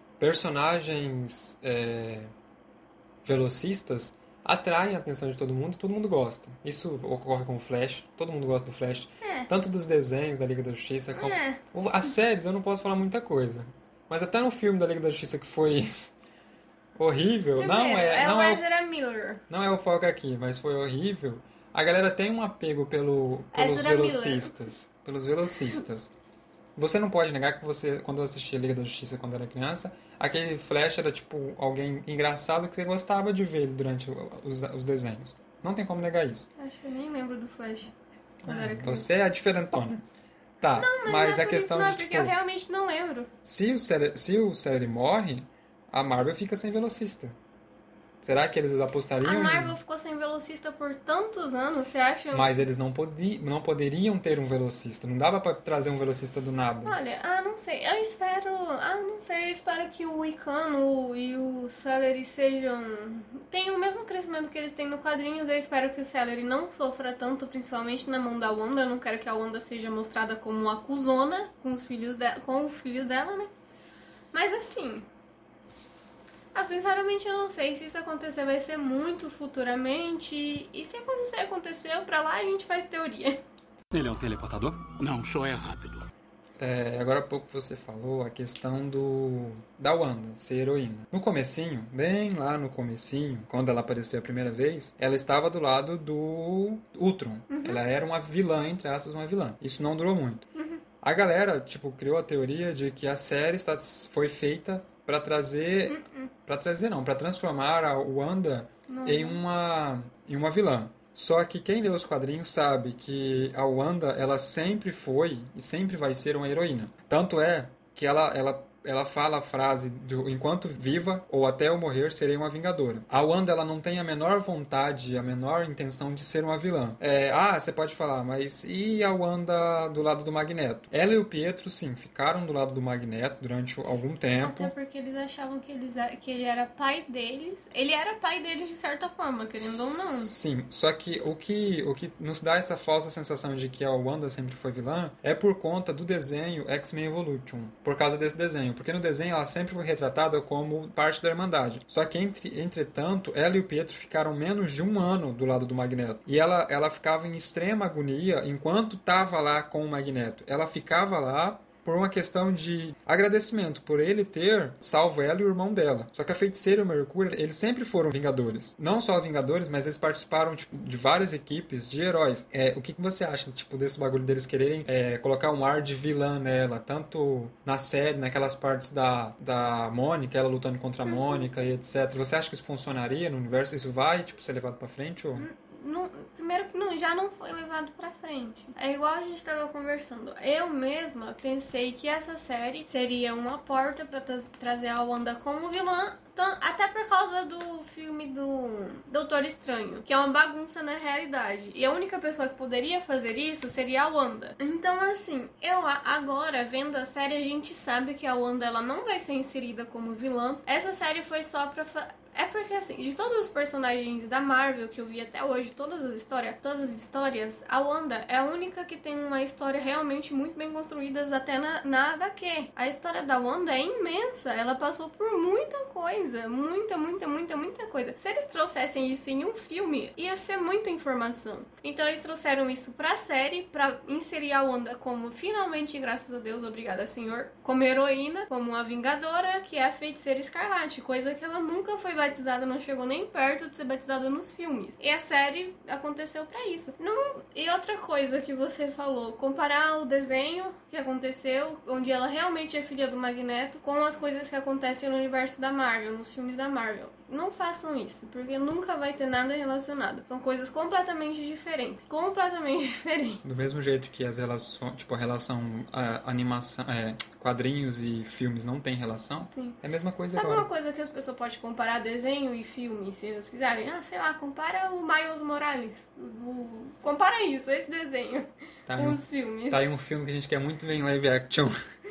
personagens é, velocistas atraem a atenção de todo mundo e todo mundo gosta. Isso ocorre com o Flash, todo mundo gosta do Flash, É. tanto dos desenhos da Liga da Justiça como... É. O- As séries eu não posso falar muita coisa, mas até no filme da Liga da Justiça que foi horrível, não Primeiro, é, é não o é o Ezra Miller. não é o foco aqui, mas foi horrível. A galera tem um apego pelo, pelos Ezra Miller. velocistas. Pelos velocistas. Você não pode negar que você, quando eu assistia Liga da Justiça quando era criança, aquele Flash era tipo alguém engraçado que você gostava de ver ele durante o- os, os desenhos. Não tem como negar isso. Acho que eu nem lembro do Flash quando Ah, era criança. você é a diferentona. Tá, Mas, mas não é a por questão isso, não, de porque tipo, eu realmente não lembro. se o Celery, se o Celery morre, a Marvel fica sem velocista. Será que eles apostariam? A em- Marvel ficou sem velocista por tantos anos, você acha? Mas eles não, podi não poderiam ter um velocista. Não dava pra trazer um velocista do nada. Olha, ah, não sei. Eu espero. Ah, não sei. Eu espero que o Wiccan o- e o Celery sejam. Tenham o mesmo crescimento que eles têm no quadrinhos. Eu espero que o Celery não sofra tanto, principalmente na mão da Wanda. Eu não quero que a Wanda seja mostrada como uma cuzona com os filhos de... com o filho dela, né? Mas assim. Ah, sinceramente eu não sei. Se isso acontecer, vai ser muito futuramente. E se acontecer, aconteceu. Pra lá a gente faz teoria. Ele é um teleportador? Não, só é rápido. É, agora há pouco você falou a questão do da Wanda ser heroína. No comecinho, bem lá no comecinho, quando ela apareceu a primeira vez, ela estava do lado do Ultron. Ela era uma vilã, entre aspas, uma vilã. Isso não durou muito. A galera, tipo, criou a teoria de que a série está, foi feita para trazer... para trazer não, para transformar a Wanda Não. em uma, em uma vilã. Só que quem lê os quadrinhos sabe que a Wanda, ela sempre foi e sempre vai ser uma heroína. Tanto é que ela, ela, ela fala a frase do enquanto viva ou até eu morrer serei uma vingadora. A Wanda, ela não tem a menor vontade, a menor intenção de ser uma vilã. É, ah, você pode falar, mas e a Wanda do lado do Magneto? Ela e o Pietro, sim, ficaram do lado do Magneto durante algum tempo. Até porque eles achavam que, eles, que ele era pai deles. Ele era pai deles de certa forma, querendo ou não. Sim, só que o que o que nos dá essa falsa sensação de que a Wanda sempre foi vilã é por conta do desenho X-Men Evolution, por causa desse desenho, porque no desenho ela sempre foi retratada como parte da Irmandade. Só que entre, entretanto, ela e o Pietro ficaram menos de um ano do lado do Magneto. E ela ela ficava em extrema agonia enquanto estava lá com o Magneto. Ela ficava lá por uma questão de agradecimento, por ele ter salvo ela e o irmão dela. Só que a Feiticeira e o Mercúrio, eles sempre foram Vingadores. Não só Vingadores, mas eles participaram tipo, de várias equipes de heróis. É, o que, que você acha tipo, desse bagulho deles quererem é, colocar um ar de vilã nela, tanto na série, naquelas partes da, da Mônica, ela lutando contra a Mônica e etcétera. Você acha que isso funcionaria no universo? Isso vai tipo, ser levado pra frente? Ou... Não, primeiro que não, já não foi levado pra frente. É igual a gente tava conversando. Eu mesma pensei que essa série seria uma porta pra tra- trazer a Wanda como vilã, então, até por causa do filme do Doutor Estranho, que é uma bagunça na realidade. E a única pessoa que poderia fazer isso seria a Wanda. Então, assim, eu agora, vendo a série, a gente sabe que a Wanda ela não vai ser inserida como vilã. Essa série foi só pra... Fa- É porque, assim, de todos os personagens da Marvel que eu vi até hoje, todas as histórias, todas as histórias, a Wanda é a única que tem uma história realmente muito bem construída até na, na H Q. A história da Wanda é imensa, ela passou por muita coisa, muita, muita, muita, muita coisa. Se eles trouxessem isso em um filme, ia ser muita informação. Então eles trouxeram isso pra série, pra inserir a Wanda como, finalmente, graças a Deus, obrigada, senhor, como heroína, como uma vingadora, que é a Feiticeira Escarlate, coisa que ela nunca foi batizada, não chegou nem perto de ser batizada nos filmes. E a série aconteceu pra isso. Não... E outra coisa que você falou, comparar o desenho que aconteceu, onde ela realmente é filha do Magneto, com as coisas que acontecem no universo da Marvel, nos filmes da Marvel. Não façam isso, porque nunca vai ter nada relacionado. São coisas completamente diferentes. Completamente diferentes. Do mesmo jeito que as relações, tipo, a relação a animação, é, quadrinhos e filmes não tem relação, Sim. É a mesma coisa Sabe agora. uma coisa que as pessoas podem comparar desenho e filme, se eles quiserem? Ah, sei lá, compara o Miles Morales. O... Compara isso, esse desenho, Tá com aí um- os filmes. Tá aí um filme que a gente quer muito ver em live action.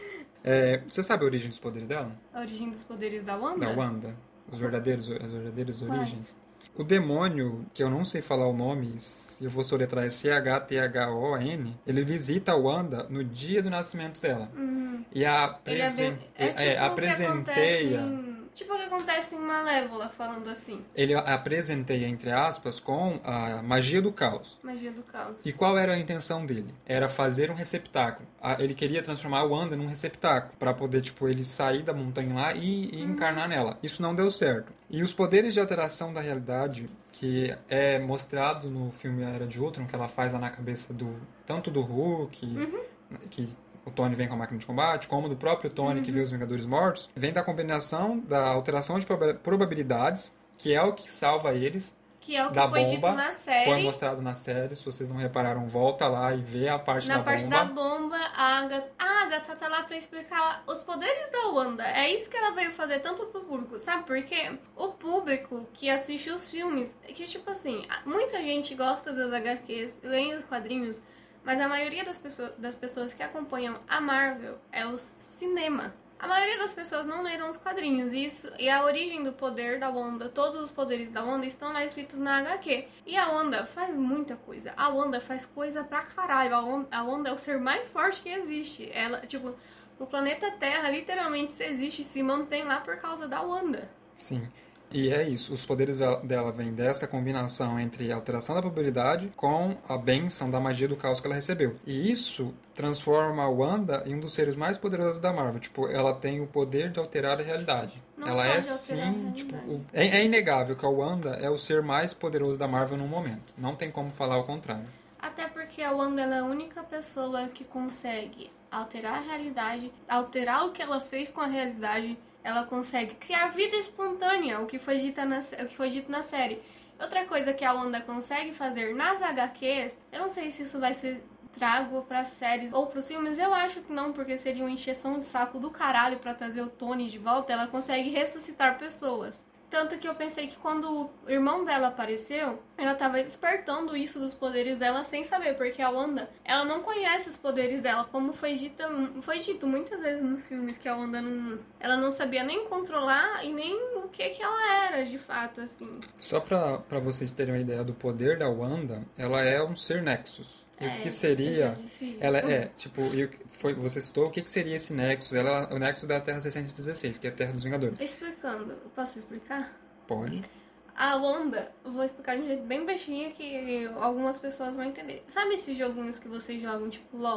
É, você sabe a origem dos poderes dela? A origem dos poderes da Wanda? Da Wanda? Os verdadeiros, as verdadeiras Quais? origens? O demônio, que eu não sei falar o nome, eu vou soletrar, é C H T H O N, ele visita a Wanda no dia do nascimento dela. Uhum. E a Ele é, apresen... bem- é tipo é, o que apresenteia... acontece em... Tipo o que acontece em Malévola, falando assim. Ele apresenteia, entre aspas, com a magia do caos. Magia do caos. E qual era a intenção dele? Era fazer um receptáculo. A- Ele queria transformar a Wanda num receptáculo, para poder, tipo, ele sair da montanha lá e, e encarnar nela. Isso não deu certo. E os poderes de alteração da realidade, que é mostrado no filme A Era de Ultron, que ela faz lá na cabeça do tanto do Hulk, que o Tony vem com a máquina de combate, como do próprio Tony, que vê os Vingadores mortos, vem da combinação da alteração de proba- probabilidades, que é o que salva eles Que é o que da foi bomba. dito na série. Foi mostrado na série, se vocês não repararam, volta lá e vê a parte Na da parte bomba. da bomba, a Agatha, a Agatha tá lá pra explicar os poderes da Wanda. É isso que ela veio fazer tanto pro público. Sabe por quê? O público que assiste os filmes, que tipo assim, muita gente gosta das H Qs, leem os quadrinhos, mas a maioria das pessoas, das pessoas que acompanham a Marvel é o cinema. A maioria das pessoas não leram os quadrinhos. Isso, e a origem do poder da Wanda, todos os poderes da Wanda estão lá escritos na H Q. E a Wanda faz muita coisa. A Wanda faz coisa pra caralho. A Wanda, a Wanda é o ser mais forte que existe. Ela, tipo, o planeta Terra literalmente se existe e se mantém lá por causa da Wanda. Sim. E é isso, os poderes dela vêm dessa combinação entre a alteração da probabilidade com a bênção da magia do caos que ela recebeu. E isso transforma a Wanda em um dos seres mais poderosos da Marvel. Tipo, ela tem o poder de alterar a realidade. Não ela só é de alterar a sim, realidade. tipo, o- é, é inegável que a Wanda é o ser mais poderoso da Marvel no momento. Não tem como falar o contrário. Até porque a Wanda ela é a única pessoa que consegue alterar a realidade, alterar o que ela fez com a realidade. Ela consegue criar vida espontânea, o que foi dito na, o que foi dito na série. Outra coisa que a Wanda consegue fazer nas H Qs, eu não sei se isso vai ser trago para séries ou para os filmes, eu acho que não, porque seria uma encheção de saco do caralho para trazer o Tony de volta. Ela consegue ressuscitar pessoas. Tanto que eu pensei que quando o irmão dela apareceu, ela tava despertando isso dos poderes dela sem saber, porque a Wanda, ela não conhece os poderes dela, como foi dito, foi dito muitas vezes nos filmes que a Wanda não, ela não sabia nem controlar e nem o que que ela era de fato, assim. Só pra, pra vocês terem uma ideia do poder da Wanda, ela é um ser Nexus. E É, o que eu seria... já disse isso. Ela é, tipo, e o que foi, você citou, o que, que seria esse Nexus? Ela é o Nexus da Terra seiscentos e dezesseis, que é a Terra dos Vingadores. Explicando, posso explicar? Pode. A Wanda, eu vou explicar de um jeito bem baixinho que algumas pessoas vão entender. Sabe esses joguinhos que vocês jogam, tipo LOL?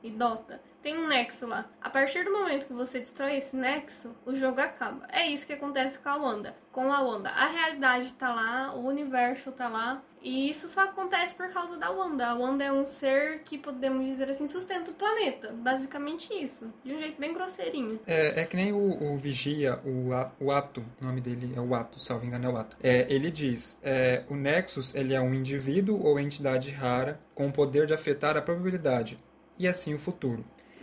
e Dota, tem um nexo lá. A partir do momento que você destrói esse nexo, o jogo acaba. É isso que acontece com a Wanda. Com a Wanda, a realidade tá lá, o universo tá lá, e isso só acontece por causa da Wanda. A Wanda é um ser que, podemos dizer assim, sustenta o planeta. Basicamente isso. De um jeito bem grosseirinho. É, é que nem o, o Vigia, o, A- o Ato, o nome dele é o Ato, salvo engano é o Ato. É, ele diz, é, o Nexus ele é um indivíduo ou entidade rara com o poder de afetar a probabilidade e assim o futuro.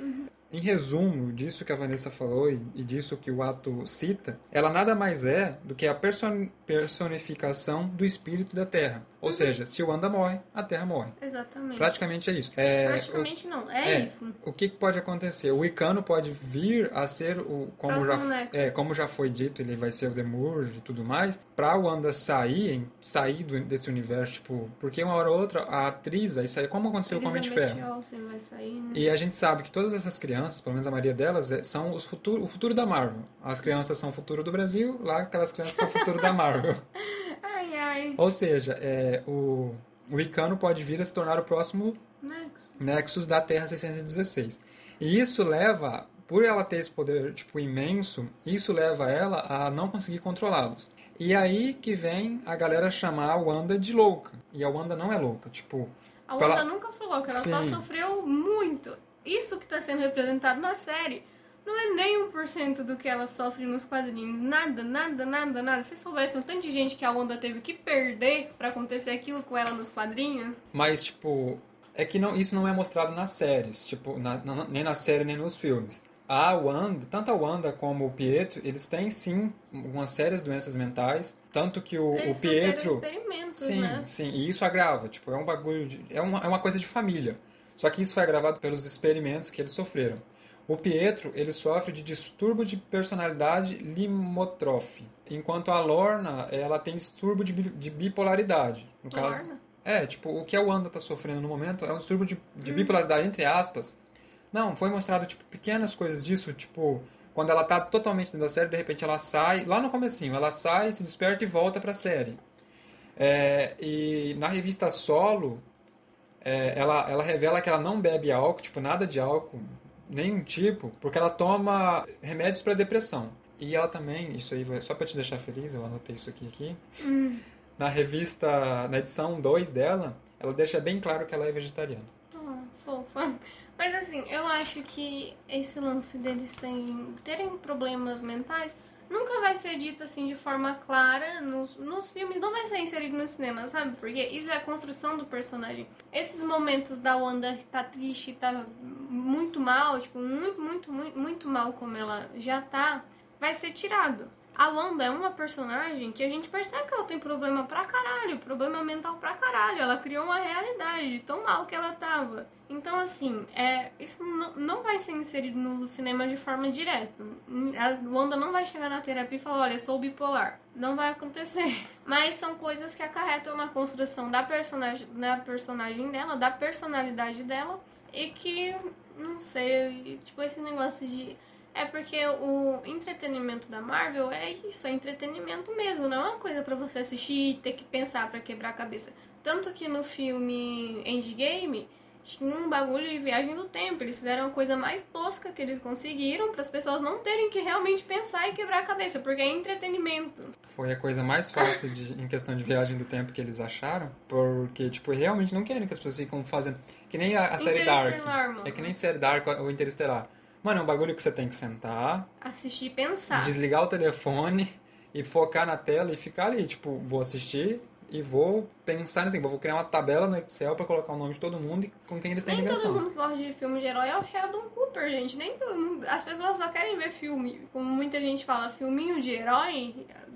Em resumo disso que a Vanessa falou e, e disso que o Ato cita, ela nada mais é do que a person- personificação do espírito da Terra. Ou Uhum. seja, se o Wanda morre, a Terra morre. Exatamente. Praticamente é isso. É, Praticamente não, é, é, isso. O que, que pode acontecer? O Icano pode vir a ser, o, como, já, Próximo Nexus. é, como já foi dito, ele vai ser o Demurge e tudo mais. Pra Wanda sair, em- sair do- desse universo, tipo, porque uma hora ou outra a atriz vai sair, como aconteceu com o Homem de Elizabeth Ferro. Olsen vai sair, né? E a gente sabe que todas essas crianças, pelo menos a maioria delas, é- são os futuro, o futuro da Marvel. As crianças são o futuro do Brasil, lá aquelas crianças são o futuro da Marvel. Ai, ai. Ou seja, é, o, o Icano pode vir a se tornar o próximo Nexus. Nexus da Terra seiscentos e dezesseis. E isso leva, por ela ter esse poder tipo imenso, isso leva ela a não conseguir controlá-los. E aí que vem a galera chamar a Wanda de louca. E a Wanda não é louca, tipo... A Wanda Pela- nunca foi louca, ela só Sim. sofreu muito. Isso que está sendo representado na série não é nem um por cento do que ela sofre nos quadrinhos. Nada, nada, nada, nada. Se vocês soubessem o tanto de gente que a Wanda teve que perder pra acontecer aquilo com ela nos quadrinhos. Mas, tipo, é que não, isso não é mostrado nas séries, tipo, na- na- nem na série, nem nos filmes. A Wanda, tanto a Wanda como o Pietro, eles têm sim umas sérias doenças mentais, tanto que o, Eles o Pietro... sofreram experimentos, Sim, né? sim, e isso agrava, tipo, é um bagulho, de, é, uma, é uma coisa de família. Só que isso foi agravado pelos experimentos que eles sofreram. O Pietro, ele sofre de distúrbio de personalidade limotrófe, enquanto a Lorna, ela tem distúrbio de, bi- de bipolaridade. No caso, Lorna? é, tipo, o que a Wanda tá sofrendo no momento é um distúrbio de, Hum. de bipolaridade, entre aspas. Não, foi mostrado, tipo, pequenas coisas disso, tipo, quando ela tá totalmente dentro da série, de repente ela sai, lá no comecinho, ela sai, se desperta e volta pra série. É, e na revista Solo, é, ela, ela revela que ela não bebe álcool, tipo, nada de álcool, nenhum tipo, porque ela toma remédios para depressão. E ela também, isso aí, vai- só para te deixar feliz, eu anotei isso aqui, aqui. Hum. Na revista, na edição dois dela, ela deixa bem claro que ela é vegetariana. Ah, fofa. Mas assim, eu acho que esse lance deles terem, terem problemas mentais nunca vai ser dito assim de forma clara nos, nos filmes, não vai ser inserido no cinema, sabe? Porque isso é a construção do personagem. Esses momentos da Wanda tá triste, tá muito mal, tipo, muito, muito, muito, muito mal como ela já tá, vai ser tirado. A Wanda é uma personagem que a gente percebe que ela tem problema pra caralho, problema mental pra caralho. Ela criou uma realidade de tão mal que ela tava. Então, assim, é, isso não, não vai ser inserido no cinema de forma direta. A Wanda não vai chegar na terapia e falar, olha, eu sou bipolar. Não vai acontecer. Mas são coisas que acarretam na construção da personagem, da personagem dela, da personalidade dela. E que, não sei, tipo, esse negócio de... É porque o entretenimento da Marvel é isso, é entretenimento mesmo, não é uma coisa pra você assistir e ter que pensar pra quebrar a cabeça. Tanto que no filme Endgame tinha um bagulho de viagem do tempo, eles fizeram a coisa mais tosca que eles conseguiram para as pessoas não terem que realmente pensar e quebrar a cabeça, porque é entretenimento. Foi a coisa mais fácil de, em questão de viagem do tempo que eles acharam, porque, tipo, realmente não querem que as pessoas ficam fazendo... Que nem a, a série Dark. Interestelar, mano. É que nem série Dark ou Interestelar. Mano, é um bagulho que você tem que sentar, Assistir e pensar. desligar o telefone e focar na tela e ficar ali, tipo, vou assistir e vou pensar assim, vou criar uma tabela no Excel pra colocar o nome de todo mundo e com quem eles têm Nem todo ligação. mundo que gosta de filme de herói é o Sheldon Cooper, gente. Nem todo mundo. As pessoas só querem ver filme. Como muita gente fala, filminho de herói,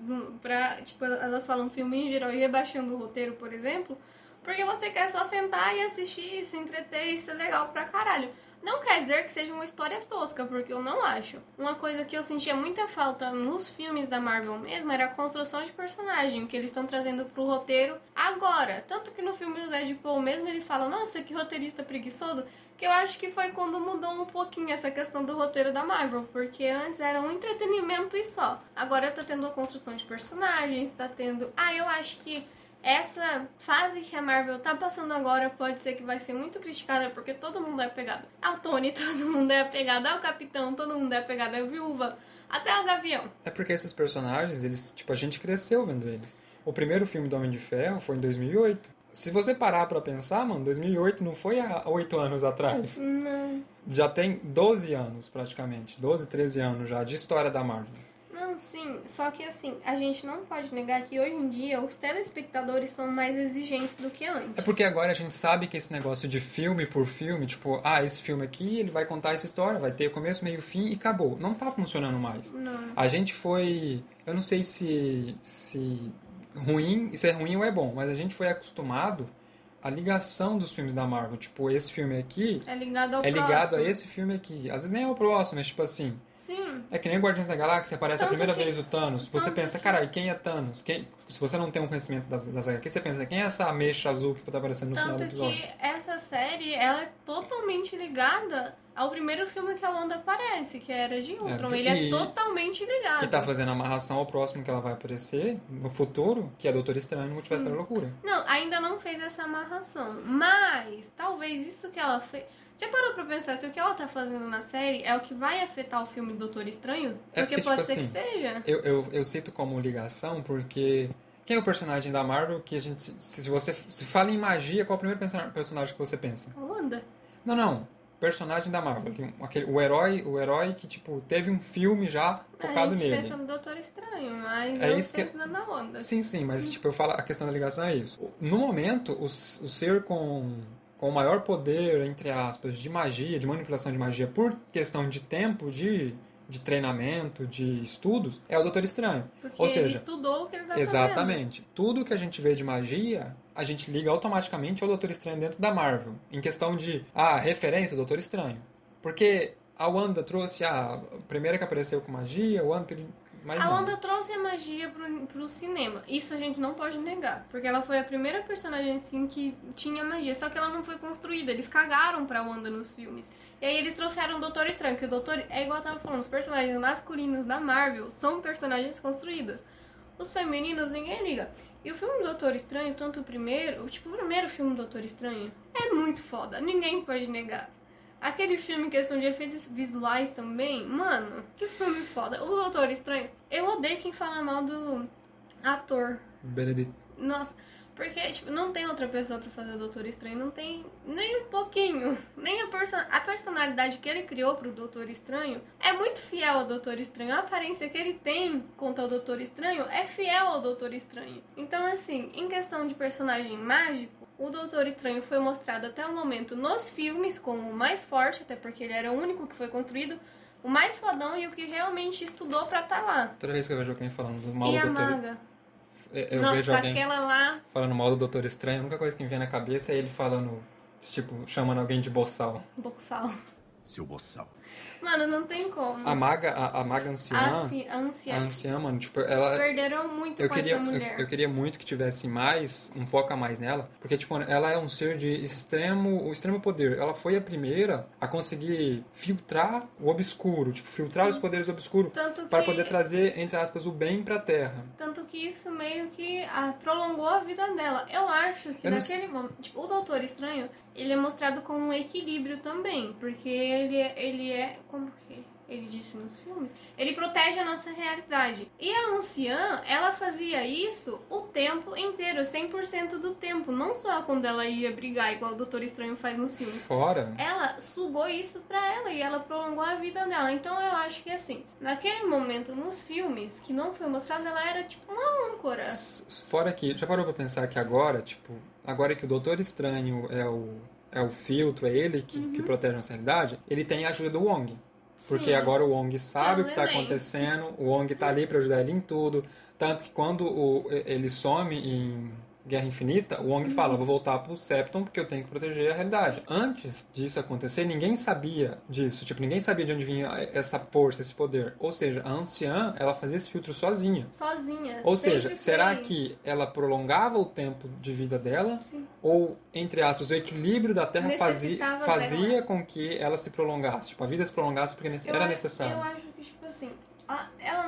pra, tipo, elas falam filminho de herói rebaixando o roteiro, por exemplo, porque você quer só sentar e assistir, se entreter e ser legal pra caralho. Não quer dizer que seja uma história tosca, porque eu não acho. Uma coisa que eu sentia muita falta nos filmes da Marvel mesmo era a construção de personagem, que eles estão trazendo pro roteiro agora. Tanto que no filme do Deadpool mesmo ele fala, nossa, que roteirista preguiçoso, que eu acho que foi quando mudou um pouquinho essa questão do roteiro da Marvel, porque antes era um entretenimento e só. Agora tá tendo a construção de personagens, tá tendo... Ah, eu acho que essa fase que a Marvel tá passando agora pode ser que vai ser muito criticada, porque todo mundo é apegado ao Tony, todo mundo é apegado ao Capitão, todo mundo é apegado à Viúva, até ao Gavião. É porque esses personagens, eles, tipo, a gente cresceu vendo eles. O primeiro filme do Homem de Ferro foi em dois mil e oito. Se você parar pra pensar, mano, dois mil e oito não foi há oito anos atrás. Não. Já tem doze anos, praticamente. doze, treze anos já, de história da Marvel. Não, sim. Só que, assim, a gente não pode negar que hoje em dia os telespectadores são mais exigentes do que antes. É porque agora a gente sabe que esse negócio de filme por filme, tipo, ah, esse filme aqui, ele vai contar essa história, vai ter começo, meio, fim e acabou. Não tá funcionando mais. Não. A gente foi... Eu não sei se... se ruim, isso é ruim ou é bom, mas a gente foi acostumado à ligação dos filmes da Marvel. Tipo, esse filme aqui É ligado ao é ligado próximo. a esse filme aqui. Às vezes nem é o próximo, mas tipo assim... Sim. É que nem Guardiões da Galáxia, aparece Tanto a primeira que- vez o Thanos. Você tanto pensa, que- caralho, quem é Thanos? Quem... Se você não tem um conhecimento das, das H Q, você pensa, quem é essa ameixa azul que tá aparecendo no final do Tanto episódio? que essa série, ela é totalmente ligada ao primeiro filme que a Wanda aparece, que era de Ultron. É, Ele é e- totalmente ligado. Que tá fazendo amarração ao próximo que ela vai aparecer no futuro, que é Doutor Estranho no Multiverso da Loucura. Não, ainda não fez essa amarração. Mas, talvez isso que ela fez... Já parou pra pensar se o que ela tá fazendo na série é o que vai afetar o filme do Doutor Estranho? É Porque, porque, pode tipo ser assim, que seja. Eu, eu, eu cito como ligação porque... Quem é o personagem da Marvel que a gente... Se você se fala em magia, qual é o primeiro person- personagem que você pensa? A Wanda. Não, não. Personagem da Marvel. que- Aquele, o, herói, o herói que, tipo, teve um filme já focado a gente nele. pensa no Doutor Estranho, mas É eu isso que- penso na Wanda. Sim, sim, mas tipo, eu falo, a questão da ligação é isso. No momento, o, o ser com, com o maior poder, entre aspas, de magia, de manipulação de magia, por questão de tempo, de, de treinamento, de estudos, é o Doutor Estranho. Porque Ou ele seja, estudou o que ele tá exatamente. Tudo que a gente vê de magia, a gente liga automaticamente ao Doutor Estranho dentro da Marvel. Em questão de, ah, referência ao Doutor Estranho. Porque a Wanda trouxe a primeira que apareceu com magia, o Wanda... Mas A não. Wanda trouxe a magia pro, pro cinema. Isso a gente não pode negar. Porque ela foi a primeira personagem, assim, que tinha magia. Só que ela não foi construída. Eles cagaram pra Wanda nos filmes. E aí eles trouxeram o Doutor Estranho. Que o Doutor... É igual eu tava falando. Os personagens masculinos da Marvel são personagens construídos. Os femininos ninguém liga. E o filme do Doutor Estranho, tanto o primeiro... Tipo, o primeiro filme do Doutor Estranho é muito foda. Ninguém pode negar. Aquele filme em questão de efeitos visuais também, mano, que filme foda. O Doutor Estranho, eu odeio quem fala mal do ator. Benedict. Nossa, porque, tipo, não tem outra pessoa pra fazer o Doutor Estranho, não tem nem um pouquinho. Nem a, perso a personalidade que ele criou pro Doutor Estranho é muito fiel ao Doutor Estranho. A aparência que ele tem contra o Doutor Estranho é fiel ao Doutor Estranho. Então, assim, em questão de personagem mágico, o Doutor Estranho foi mostrado até o momento nos filmes como o mais forte, até porque ele era o único que foi construído, o mais fodão e o que realmente estudou pra estar lá. Toda vez que eu vejo alguém falando do mal E do a Doutor... maga? Eu Nossa, vejo alguém aquela lá... falando mal do Doutor Estranho, a única coisa que me vem na cabeça é ele falando, tipo, chamando alguém de boçal. Boçal. Seu boçal. Mano, não tem como. A maga, a, a maga anciã, A, ci- a anciã. a anciã, mano, tipo, ela... Perderam muito Eu com queria, essa eu, mulher. eu queria muito que tivesse mais, um foco a mais nela, porque, tipo, ela é um ser de extremo, extremo poder. Ela foi a primeira a conseguir filtrar o obscuro, tipo, filtrar os poderes obscuros Tanto que, para poder trazer, entre aspas, o bem pra Terra. tanto que isso meio que ah, prolongou a vida dela. Eu acho que Eu não naquele momento... Tipo, o Doutor Estranho, ele é mostrado como um equilíbrio também. Porque ele, é- ele é... Como que ele disse nos filmes? Ele protege a nossa realidade. E a anciã, ela fazia isso o tempo inteiro, cem por cento do tempo. Não só quando ela ia brigar, igual o Doutor Estranho faz nos filmes. Fora... Ela sugou isso pra ela e ela prolongou a vida dela. Então eu acho que assim, naquele momento nos filmes que não foi mostrado, ela era tipo uma âncora. S- Fora que, já parou pra pensar que agora, tipo, agora que o Doutor Estranho é o, é o filtro, é ele que, que protege a nossa realidade, ele tem a ajuda do Wong. Porque Sim. agora o Wong sabe É o um que tá neném. acontecendo, o Wong tá ali pra ajudar ele em tudo. Tanto que quando o, ele some em Guerra Infinita, o Wong fala, vou voltar pro Septon porque eu tenho que proteger a realidade. Antes disso acontecer, ninguém sabia disso. Tipo, ninguém sabia de onde vinha essa força, esse poder. Ou seja, a anciã, ela fazia esse filtro sozinha. Sozinha. Ou sempre seja, será fez. que ela prolongava o tempo de vida dela? Sim. Ou, entre aspas, o equilíbrio da Terra fazia, Necessitava fazia dela. com que ela se prolongasse? Tipo, a vida se prolongasse porque nece- Eu era acho- necessário. Eu acho que, tipo assim, a- ela não foi uma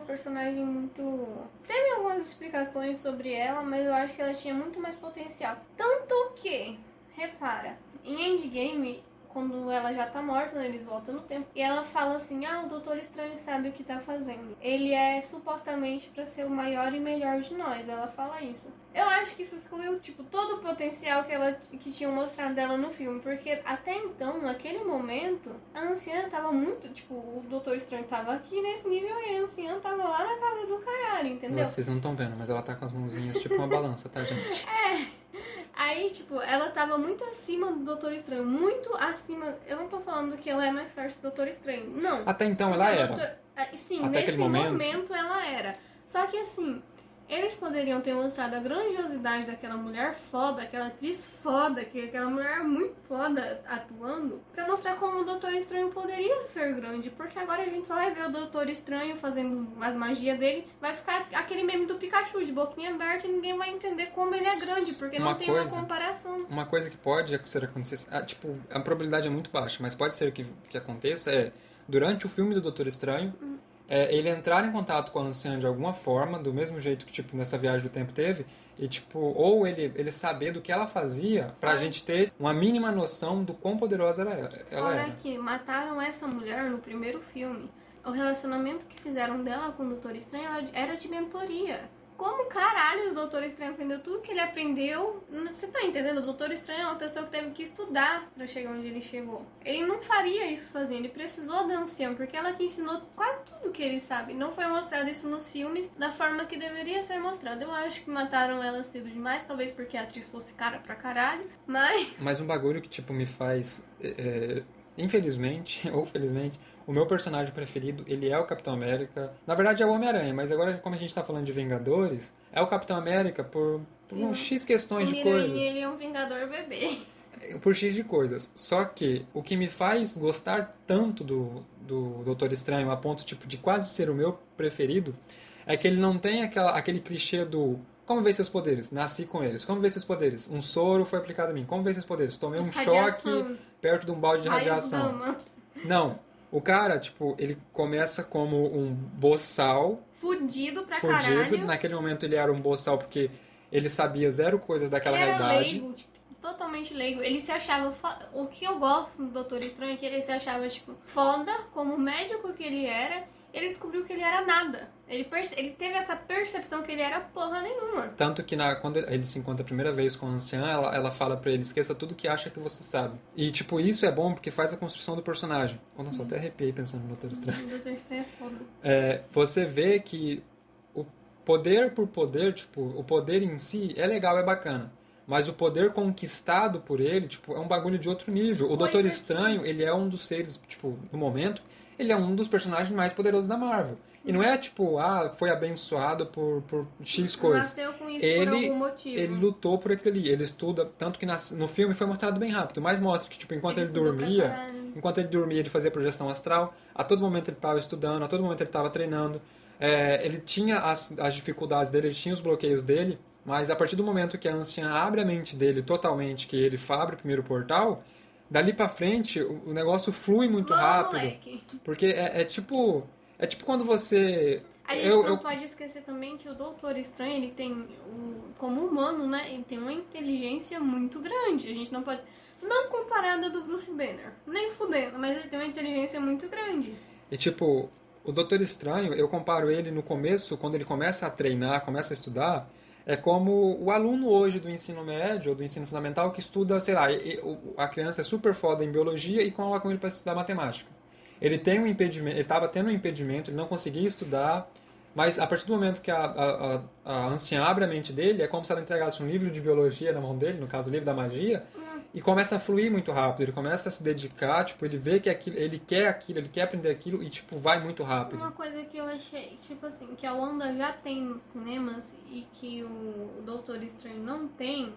personagem muito... Teve algumas explicações sobre ela, mas eu acho que ela tinha muito mais potencial. Tanto que, repara, em Endgame, quando ela já tá morta, né, eles voltam no tempo, e ela fala assim, ah, o Doutor Estranho sabe o que tá fazendo. Ele é supostamente pra ser o maior e melhor de nós, ela fala isso. Eu acho que isso excluiu, tipo, todo o potencial que ela que tinham mostrado dela no filme, porque até então, naquele momento, a anciã tava muito, tipo, o Doutor Estranho tava aqui nesse nível e a anciã tava lá na casa do caralho, entendeu? Vocês não estão vendo, mas ela tá com as mãozinhas tipo uma balança, tá, gente? É... Aí, tipo, ela tava muito acima do Doutor Estranho, muito acima... Eu não tô falando que ela é mais forte que o Doutor Estranho, não. Até então ela era. Doutor... Sim, Até nesse momento... momento ela era. Só que, assim, eles poderiam ter mostrado a grandiosidade daquela mulher foda, aquela atriz foda, que aquela mulher muito foda atuando, pra mostrar como o Doutor Estranho poderia ser grande. Porque agora a gente só vai ver o Doutor Estranho fazendo as magias dele, vai ficar aquele meme do Pikachu de boquinha aberta e ninguém vai entender como ele é grande, porque uma não tem coisa, uma comparação. Uma coisa que pode ser acontecer, ah, tipo, a probabilidade é muito baixa, mas pode ser que, que aconteça é, durante o filme do Doutor Estranho, hum. É, ele entrar em contato com a anciã de alguma forma, do mesmo jeito que, tipo, nessa viagem do tempo teve, e, tipo, ou ele, ele saber do que ela fazia, pra ah. gente ter uma mínima noção do quão poderosa ela era. Ela Fora que mataram essa mulher no primeiro filme. O relacionamento que fizeram dela com o Doutor Estranho era de mentoria. Como caralho o Doutor Estranho aprendeu tudo que ele aprendeu? Você tá entendendo? O Doutor Estranho é uma pessoa que teve que estudar pra chegar onde ele chegou. Ele não faria isso sozinho, ele precisou da anciã, porque ela que ensinou quase tudo que ele sabe. Não foi mostrado isso nos filmes da forma que deveria ser mostrado. Eu acho que mataram ela cedo demais, talvez porque a atriz fosse cara pra caralho, mas... Mas um bagulho que, tipo, me faz... É... Infelizmente, ou felizmente, o meu personagem preferido, ele é o Capitão América. Na verdade é o Homem-Aranha, mas agora como a gente tá falando de Vingadores, é o Capitão América por, por um X questões de coisas. Ele é um Vingador bebê. Por X de coisas. Só que o que me faz gostar tanto do, do Doutor Estranho, a ponto tipo, de quase ser o meu preferido, é que ele não tem aquela, aquele clichê do... Como ver seus poderes? Nasci com eles. Como ver seus poderes? Um soro foi aplicado em mim. Como ver seus poderes? Tomei um radiação. Choque perto de um balde de radiação. Raios não. O cara, tipo, ele começa como um boçal. Fudido pra fudido. caralho. Naquele momento ele era um boçal porque ele sabia zero coisas daquela ele realidade. Era leigo, tipo, totalmente leigo. Ele se achava... Fo... O que eu gosto do Doutor Estranho é que ele se achava, tipo, foda, como médico que ele era. Ele descobriu que ele era nada. Ele, perce... ele teve essa percepção que ele era porra nenhuma. Tanto que na... quando ele se encontra a primeira vez com a anciã, ela, ela fala pra ele, esqueça tudo que acha que você sabe. E, tipo, isso é bom porque faz a construção do personagem. Oh, nossa, eu até arrepiei pensando no Doutor Estranho. O Doutor Estranho é foda. É, você vê que o poder por poder, tipo, o poder em si é legal, é bacana. Mas o poder conquistado por ele, tipo, é um bagulho de outro nível. O Foi Doutor perfeito. Estranho, ele é um dos seres, tipo, no momento... Ele é um dos personagens mais poderosos da Marvel. E não é tipo, ah, foi abençoado por, por X coisas. Nasceu com isso ele, por algum motivo. Ele lutou por aquilo ali. Ele estuda, tanto que nas, no filme foi mostrado bem rápido. Mas mostra que, tipo, enquanto ele, ele, ele dormia, enquanto ele dormia, ele fazia projeção astral. A todo momento ele estava estudando, a todo momento ele estava treinando. É, ele tinha as, as dificuldades dele, ele tinha os bloqueios dele. Mas a partir do momento que a anciã abre a mente dele totalmente, que ele abre o primeiro portal... Dali pra frente, o negócio flui muito Bom, rápido. Moleque. Porque é, é tipo... É tipo quando você... A gente eu, não eu... pode esquecer também que o Doutor Estranho, ele tem... O, como humano, né? Ele tem uma inteligência muito grande. A gente não pode... Não comparada do Bruce Banner. Nem fudendo. Mas ele tem uma inteligência muito grande. E tipo... O Doutor Estranho, eu comparo ele no começo, quando ele começa a treinar, começa a estudar... É como o aluno hoje do ensino médio ou do ensino fundamental que estuda, sei lá, a criança é super foda em biologia e coloca ele para estudar matemática. Ele tem um impedimento, ele estava tendo um impedimento, ele não conseguia estudar, mas a partir do momento que a, a, a, a anciã abre a mente dele, é como se ela entregasse um livro de biologia na mão dele, no caso o livro da magia, e começa a fluir muito rápido, ele começa a se dedicar, tipo, ele vê que aquilo, ele quer aquilo, ele quer aprender aquilo e, tipo, vai muito rápido. Uma coisa que eu achei, tipo assim, que a Wanda já tem nos cinemas e que o Doutor Estranho não tem,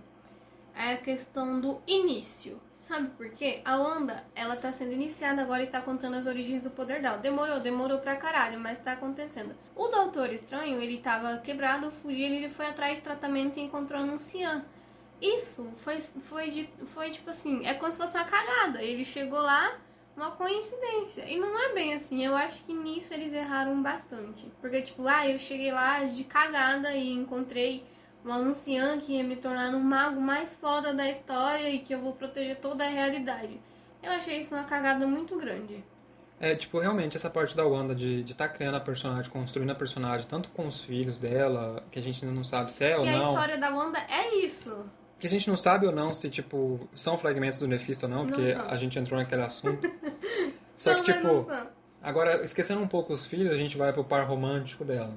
é a questão do início. Sabe por quê? A Wanda, ela tá sendo iniciada agora e tá contando as origens do poder dela. Demorou, demorou pra caralho, mas tá acontecendo. O Doutor Estranho, ele tava quebrado, fugiu, ele foi atrás de tratamento e encontrou um anciã. Isso foi, foi, de, foi tipo assim, é como se fosse uma cagada. Ele chegou lá, uma coincidência. E não é bem assim. Eu acho que nisso eles erraram bastante. Porque, tipo, ah, eu cheguei lá de cagada e encontrei uma anciã que ia me tornar um mago mais foda da história e que eu vou proteger toda a realidade. Eu achei isso uma cagada muito grande. É, tipo, realmente, essa parte da Wanda de estar tá criando a personagem, construindo a personagem, tanto com os filhos dela, que a gente ainda não sabe se é que ou não. Que a história da Wanda é isso. Que a gente não sabe ou não se, tipo, são fragmentos do Mephisto ou não, porque não a gente entrou naquele assunto. Só não, que, tipo, não são. Agora, esquecendo um pouco os filhos, a gente vai pro par romântico dela,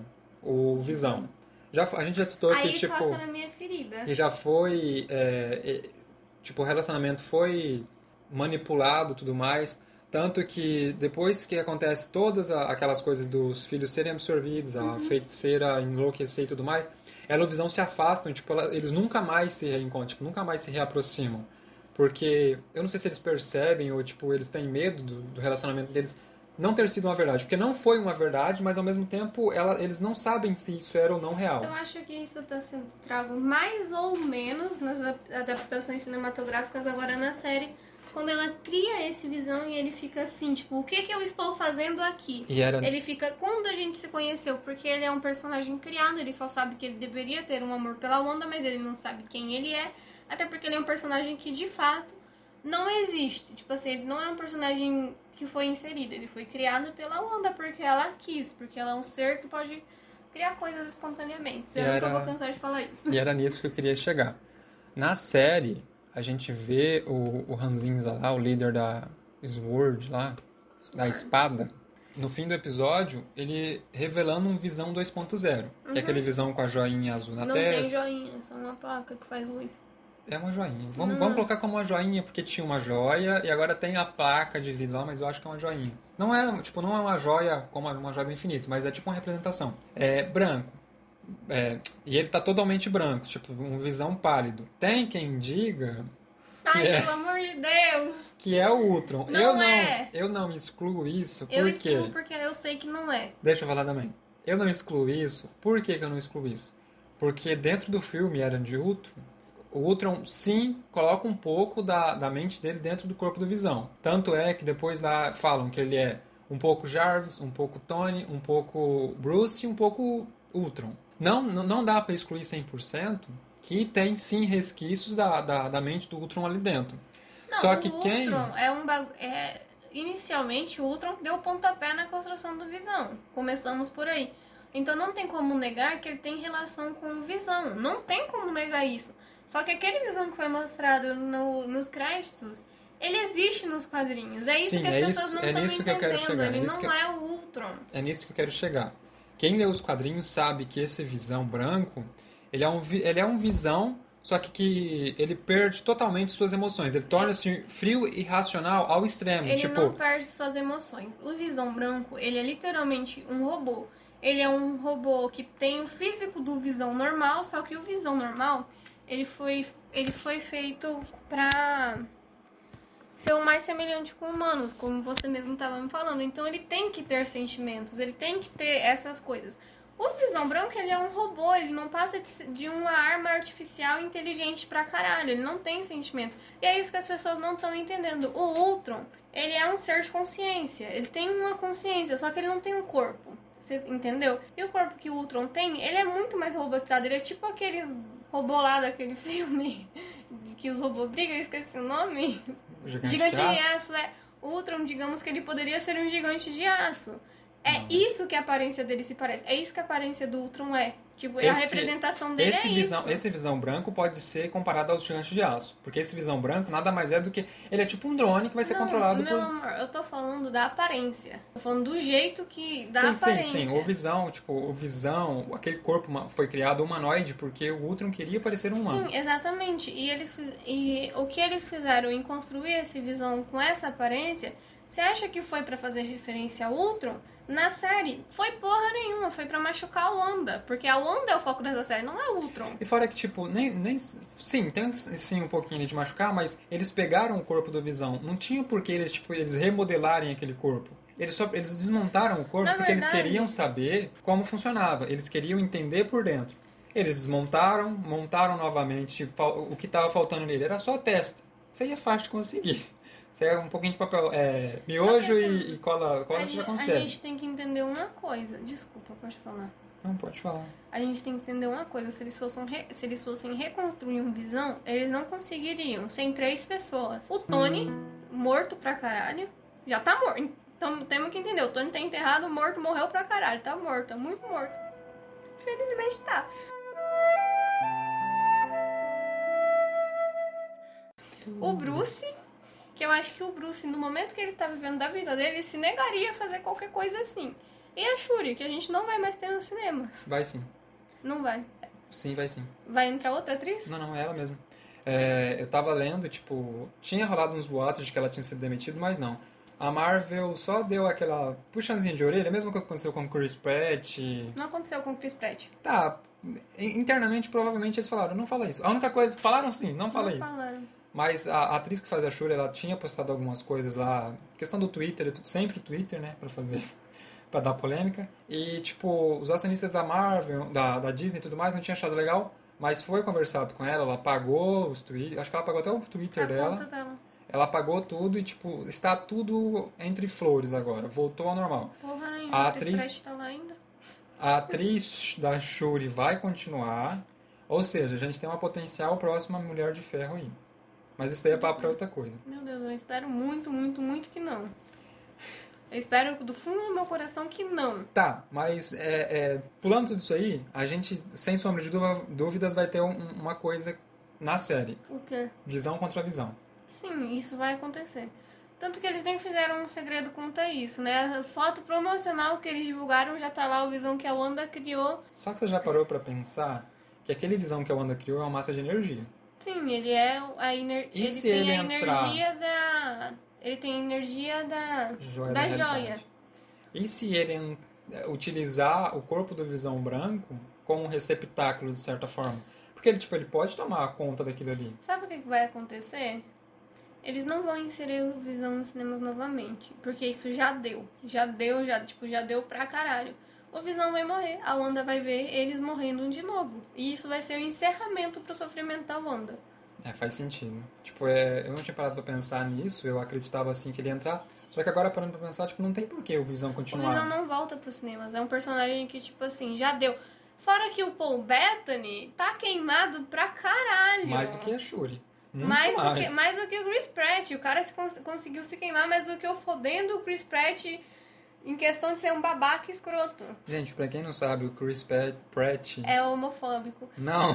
o Visão. Já, a gente já citou Aí que, tipo... toca na minha ferida. E já foi... É, é, tipo, o relacionamento foi manipulado e tudo mais. Tanto que depois que acontece todas aquelas coisas dos filhos serem absorvidos, a uhum. feiticeira enlouquecer e tudo mais, ela e o Visão se afastam, tipo, ela, eles nunca mais se reencontram, tipo, nunca mais se reaproximam. Porque eu não sei se eles percebem ou, tipo, eles têm medo do, do relacionamento deles não ter sido uma verdade. Porque não foi uma verdade, mas ao mesmo tempo ela, eles não sabem se isso era ou não real. Eu acho que isso está sendo trago mais ou menos nas adaptações cinematográficas agora na série, quando ela cria esse Visão e ele fica assim, tipo, o que que eu estou fazendo aqui? E era... Ele fica, quando a gente se conheceu, porque ele é um personagem criado, ele só sabe que ele deveria ter um amor pela Wanda, mas ele não sabe quem ele é, até porque ele é um personagem que, de fato, não existe. Tipo assim, ele não é um personagem que foi inserido, ele foi criado pela Wanda porque ela quis, porque ela é um ser que pode criar coisas espontaneamente. Eu era... nunca vou cansar de falar isso. E era nisso que eu queria chegar. Na série... A gente vê o, o Ranzinza lá, o líder da Sword lá, da espada. No fim do episódio, ele revelando um Visão dois ponto zero. Uhum. Que é aquele Visão com a joinha azul na não testa. Não tem joinha, é só uma placa que faz luz. É uma joinha. Vamos, vamos colocar como uma joinha, porque tinha uma joia e agora tem a placa de vidro lá, mas eu acho que é uma joinha. Não é, tipo, não é uma joia como uma joia do infinito, mas é tipo uma representação. É branco. É, e ele tá totalmente branco, tipo, um Visão pálido. Tem quem diga que Ai, é, pelo amor de Deus! Que é o Ultron. Não eu, não, é. eu não excluo isso, eu por quê? Eu excluo porque eu sei que não é. Deixa eu falar também. Eu não excluo isso, por que que eu não excluo isso? Porque dentro do filme Era de Ultron, o Ultron, sim, coloca um pouco da, da mente dele dentro do corpo do Visão. Tanto é que depois lá falam que ele é um pouco Jarvis, um pouco Tony, um pouco Bruce e um pouco Ultron. Não, não dá pra excluir cem por cento que tem sim resquícios da, da, da mente do Ultron ali dentro. Não, Só o que Ultron quem... é um bagu... é... Inicialmente, o Ultron deu o pontapé na construção do Visão. Começamos por aí. Então não tem como negar que ele tem relação com o Visão. Não tem como negar isso. Só que aquele Visão que foi mostrado no, nos créditos, ele existe nos quadrinhos. É isso sim, que as é pessoas isso, não é estão nisso entendendo. Que eu quero chegar. Ele é não que... é o Ultron. É nisso que eu quero chegar. Quem lê os quadrinhos sabe que esse Visão branco, ele é um, ele é um Visão, só que, que ele perde totalmente suas emoções. Ele torna-se frio e racional ao extremo. Ele tipo... não perde suas emoções. O Visão branco, ele é literalmente um robô. Ele é um robô que tem o físico do Visão normal, só que o Visão normal, ele foi, ele foi feito pra ser o mais semelhante com humanos, como você mesmo estava me falando. Então ele tem que ter sentimentos, ele tem que ter essas coisas. O Visão branco, ele é um robô, ele não passa de, de uma arma artificial inteligente pra caralho, ele não tem sentimentos. E é isso que as pessoas não estão entendendo. O Ultron, ele é um ser de consciência, ele tem uma consciência, só que ele não tem um corpo. Você entendeu? E o corpo que o Ultron tem, ele é muito mais robotizado. Ele é tipo aquele robô lá daquele filme que os robôs brigam, eu esqueci o nome. Gigante, gigante de aço. de aço, é. O Ultron, digamos que ele poderia ser um gigante de aço. É Não. isso que a aparência dele se parece. É isso que a aparência do Ultron é. Tipo, esse, a representação dele esse é visão, isso. Esse Visão branco pode ser comparado aos gigantes de aço. Porque esse Visão branco nada mais é do que... Ele é tipo um drone que vai ser Não, controlado meu por... amor, eu tô falando da aparência. Tô falando do jeito que... Da sim, aparência. sim, sim. O Visão, tipo, o Visão... Aquele corpo foi criado humanoide porque o Ultron queria parecer um humano. Sim, exatamente. E, eles, fiz- e o que eles fizeram em construir esse Visão com essa aparência, você acha que foi pra fazer referência ao Ultron? Na série, foi porra nenhuma, foi pra machucar a Wanda. Porque a Wanda é o foco dessa série, não é o Ultron. E fora que, tipo, nem, nem... Sim, tem sim um pouquinho de machucar, mas eles pegaram o corpo do Visão. Não tinha por que eles, tipo, eles remodelarem aquele corpo. Eles, só, eles desmontaram o corpo Na porque verdade- eles queriam saber como funcionava. Eles queriam entender por dentro. Eles desmontaram, montaram novamente. O que estava faltando nele era só a testa. Isso aí é fácil de conseguir. Isso aí é um pouquinho de papel, é, miojo assim, e, e cola, cola a, você gente, já a consegue. gente tem que entender uma coisa. Desculpa, pode falar. Não, pode falar. A gente tem que entender uma coisa. Se eles fossem, re, se eles fossem reconstruir um Visão, eles não conseguiriam sem três pessoas. O Tony, morto pra caralho, já tá morto. Então temos que entender. O Tony tá enterrado, morto, morreu pra caralho. Tá morto, tá muito morto. Infelizmente tá. O Bruce, que eu acho que o Bruce, no momento que ele tá vivendo da vida dele, ele se negaria a fazer qualquer coisa assim. E a Shuri, que a gente não vai mais ter nos cinemas. Vai sim. Não vai. Sim, vai sim. Vai entrar outra atriz? Não, não, é ela mesma. É, eu tava lendo, tipo, tinha rolado uns boatos de que ela tinha sido demitida, mas não. A Marvel só deu aquela puxãozinha de orelha, mesmo que aconteceu com o Chris Pratt. Não aconteceu com o Chris Pratt. Tá, internamente, provavelmente, eles falaram, não fala isso. A única coisa, falaram sim, não fala não isso. Falaram. Mas a, a atriz que faz a Shuri, ela tinha postado algumas coisas lá, questão do Twitter, sempre o Twitter, né, pra fazer, pra dar polêmica. E, tipo, os acionistas da Marvel, da, da Disney e tudo mais, não tinham achado legal, mas foi conversado com ela, ela apagou os tweets, acho que ela apagou até o Twitter A dela. conta dela. Ela apagou tudo e, tipo, está tudo entre flores agora, voltou ao normal. Porra nenhuma, A o Chris atriz- Pratt tá lá ainda. A atriz da Shuri vai continuar, ou seja, a gente tem uma potencial próxima Mulher de Ferro aí. Mas isso daí é papo pra outra coisa. Meu Deus, eu espero muito, muito, muito que não. Eu espero do fundo do meu coração que não. Tá, mas é, é, pulando tudo isso aí, a gente, sem sombra de dúvida- dúvidas, vai ter um- uma coisa na série. O quê? Visão contra visão. Sim, isso vai acontecer. Tanto que eles nem fizeram um segredo quanto a isso, né? A foto promocional que eles divulgaram já tá lá, o Visão que a Wanda criou. Só que você já parou pra pensar que aquele visão que a Wanda criou é uma massa de energia. Sim, ele é a ener... E ele se tem ele a entrar- energia da. Ele tem a energia da. Joia da realidade. joia. E se ele en- utilizar o corpo do Visão Branco como um receptáculo, de certa forma? Porque ele, tipo, ele pode tomar conta daquilo ali. Sabe o que que vai acontecer? Eles não vão inserir o Visão nos cinemas novamente. Porque isso já deu. Já deu, já, tipo, já deu pra caralho. O Visão vai morrer, a Wanda vai ver eles morrendo de novo. E isso vai ser o encerramento pro sofrimento da Wanda. É, faz sentido. Tipo, é, eu não tinha parado pra pensar nisso, eu acreditava assim que ele ia entrar. Só que agora parando pra pensar, tipo, não tem porquê o Visão O continuar. Visão não volta pros cinemas. É um personagem que, tipo assim, já deu. Fora que o Paul Bettany tá queimado pra caralho. Mais do que a Shuri. Muito mais, mais. Do que, mais do que o Chris Pratt. O cara se cons- conseguiu se queimar mais do que o fodendo Chris Pratt em questão de ser um babaca escroto. Gente, pra quem não sabe, o Chris Pat- Pratt... É homofóbico. Não,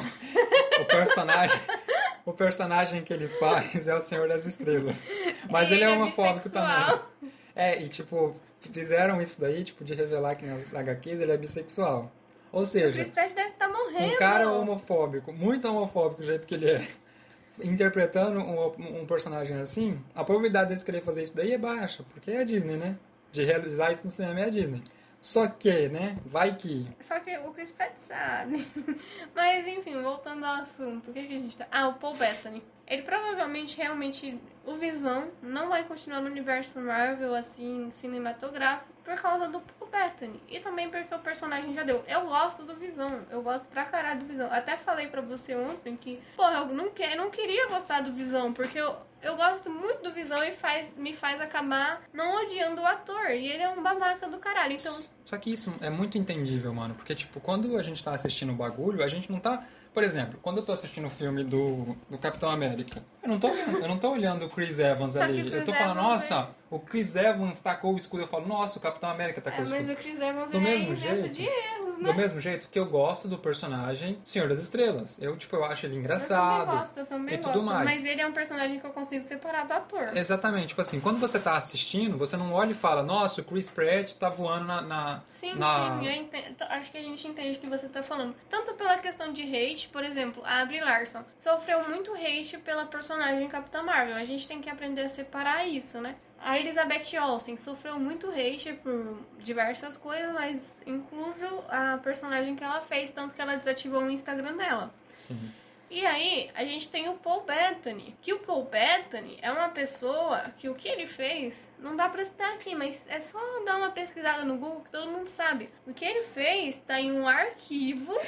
o personagem... o personagem que ele faz é o Senhor das Estrelas. Mas ele, Ele é é homofóbico bissexual. também. É, e tipo, fizeram isso daí, tipo, de revelar que nas agá quês ele é bissexual. Ou O seja, Chris Pratt deve estar morrendo. um cara homofóbico, muito homofóbico do jeito que ele é, interpretando um, um personagem assim, a probabilidade deles querer fazer isso daí é baixa, porque é a Disney, né? De realizar isso no cinema é a Disney. Só que, né, vai que... Só que o Chris Pratt sabe. Mas enfim, voltando ao assunto. O que, que a gente tá... Ah, o Paul Bettany. Ele provavelmente, realmente, o Visão não vai continuar no universo Marvel, assim, cinematográfico, por causa do Paul Bettany. E também porque o personagem já deu. Eu gosto do Visão. Eu gosto pra caralho do Visão. Até falei pra você ontem que, porra, eu não, que, eu não queria gostar do Visão, porque eu, eu gosto muito do Visão e faz, me faz acabar não odiando o ator. E ele é um babaca do caralho, então... Só que isso é muito entendível, mano. Porque, tipo, quando a gente tá assistindo o bagulho, a gente não tá... Por exemplo, quando eu tô assistindo o filme do, do Capitão América, eu não tô olhando, eu não tô olhando o Chris Evans Só que ali. o Chris Eu tô falando, Evans nossa, o Chris Evans tacou o escudo. Eu falo, nossa, o Capitão América tacou É, o escudo. mas o Chris Evans Do ele é mesmo isento jeito. de erros, né? Do mesmo jeito que eu gosto do personagem Senhor das Estrelas. Eu, tipo, eu acho ele Eu engraçado. também gosto, eu também e tudo gosto. mais. Mas ele é um personagem que eu consigo separar do ator. Exatamente. Tipo assim, quando você tá assistindo, você não olha e fala, nossa, o Chris Pratt tá voando na... na Sim, na... sim, eu entendo. Acho que a gente entende o que você tá falando. Tanto pela questão de hate, por exemplo, a Brie Larson sofreu muito hate pela personagem Capitã Marvel. A gente tem que aprender a separar isso, né? A Elizabeth Olsen sofreu muito hate por diversas coisas, mas incluso a personagem que ela fez, tanto que ela desativou o Instagram dela. Sim. E aí, a gente tem o Paul Bettany, que o Paul Bettany é uma pessoa que o que ele fez, não dá pra citar aqui, mas é só dar uma pesquisada no Google que todo mundo sabe. O que ele fez tá em um arquivo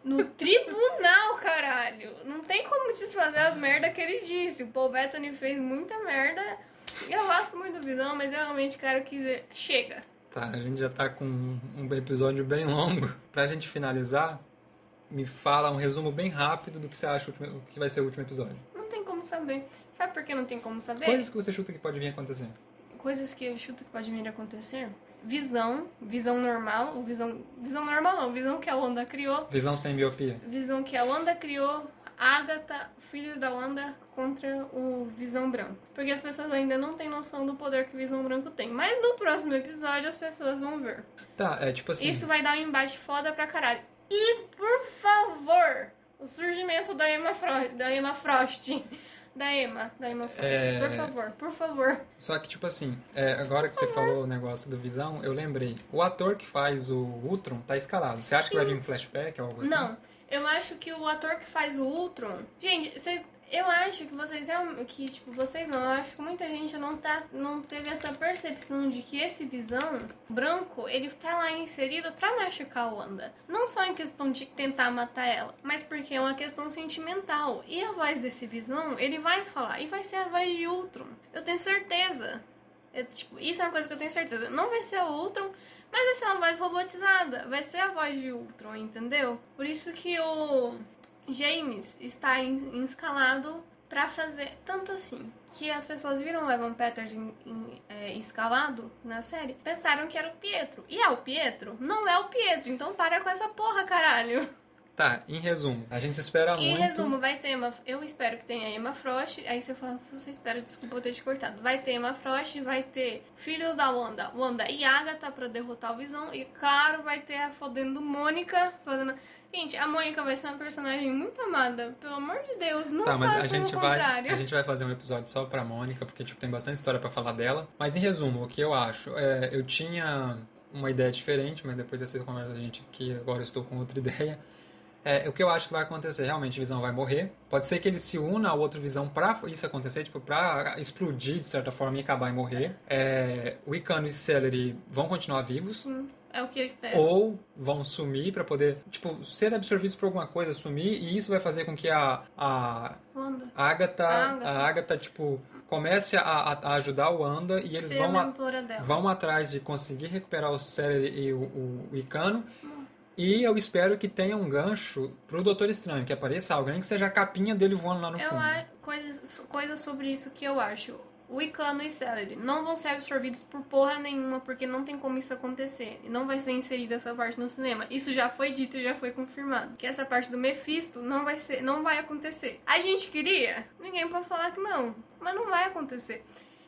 No tribunal, caralho. Não tem como desfazer as merdas que ele disse. O Paul Bettany fez muita merda. Eu gosto muito do Visão, mas eu realmente quero que... Chega. Tá, a gente já tá com um episódio bem longo. Pra gente finalizar, me fala um resumo bem rápido do que você acha o que vai ser o último episódio. Não tem como saber. Sabe por que não tem como saber? Coisas que você chuta que pode vir a acontecer. Coisas que eu chuto que pode vir a acontecer. Visão, visão normal, o visão, visão normal não, visão que a Wanda criou. Visão sem miopia. Visão que a Wanda criou, Agatha, filho da Wanda, contra o Visão Branco. Porque as pessoas ainda não têm noção do poder que o Visão Branco tem. Mas no próximo episódio as pessoas vão ver. Tá, é tipo assim... Isso vai dar um embate foda pra caralho. E, por favor, o surgimento da Emma Frost, da Emma Frost... Da Emma, da Emma Frost, é... por favor, por favor. Só que, tipo assim, é, agora que você falou o negócio do Visão, eu lembrei. O ator que faz o Ultron tá escalado. Você acha Sim. que vai vir um flashback ou algo assim? Não, eu acho que o ator que faz o Ultron... Gente, vocês... Eu acho que vocês que tipo, vocês não, eu acho que muita gente não, tá, não teve essa percepção de que esse Visão branco, ele tá lá inserido pra machucar a Wanda. Não só em questão de tentar matar ela, mas porque é uma questão sentimental. E a voz desse Visão, ele vai falar, e vai ser a voz de Ultron. Eu tenho certeza. Eu, tipo, isso é uma coisa que eu tenho certeza. Não vai ser o Ultron, mas vai ser uma voz robotizada. Vai ser a voz de Ultron, entendeu? Por isso que o... James está em, escalado pra fazer tanto assim que as pessoas viram o Evan Peters em, em, é, escalado na série, pensaram que era o Pietro. E é o Pietro? Não é o Pietro, então para com essa porra, caralho. Tá, em resumo, a gente espera em muito... Em resumo, vai ter Emma... Eu espero que tenha Emma Frost. Aí você fala, você espera, desculpa eu ter te cortado. Vai ter Emma Frost, vai ter filhos da Wanda, Wanda e Agatha pra derrotar o Visão. E claro, vai ter a fodendo Mônica fazendo... Gente, a Mônica vai ser uma personagem muito amada. Pelo amor de Deus, não tá, mas façam a gente o vai, contrário. A gente vai fazer um episódio só pra Mônica, porque tipo, tem bastante história pra falar dela. Mas em resumo, o que eu acho? É, eu tinha uma ideia diferente, mas depois dessa conversa da gente aqui, agora eu estou com outra ideia. É, o que eu acho que vai acontecer, realmente, o Visão vai morrer. Pode ser que ele se una ao outro Visão pra isso acontecer, tipo, pra explodir de certa forma e acabar e morrer. É, o Icano e Celery vão continuar vivos. Sim. É o que eu espero. Ou vão sumir pra poder, tipo, ser absorvidos por alguma coisa, sumir, e isso vai fazer com que a, a, a Agatha, a Agatha, tipo, comece a, a ajudar o Wanda e eles vão, a, vão atrás de conseguir recuperar o Celery e o, o, o Icano. Hum. E eu espero que tenha um gancho pro Doutor Estranho, que apareça alguém que seja a capinha dele voando lá no eu fundo. A, coisas, coisas sobre isso que eu acho. O Icano e Celery não vão ser absorvidos por porra nenhuma, porque não tem como isso acontecer. E não vai ser inserida essa parte no cinema. Isso já foi dito e já foi confirmado. Que essa parte do Mephisto não vai ser, não vai acontecer. A gente queria? Ninguém pode falar que não. Mas não vai acontecer.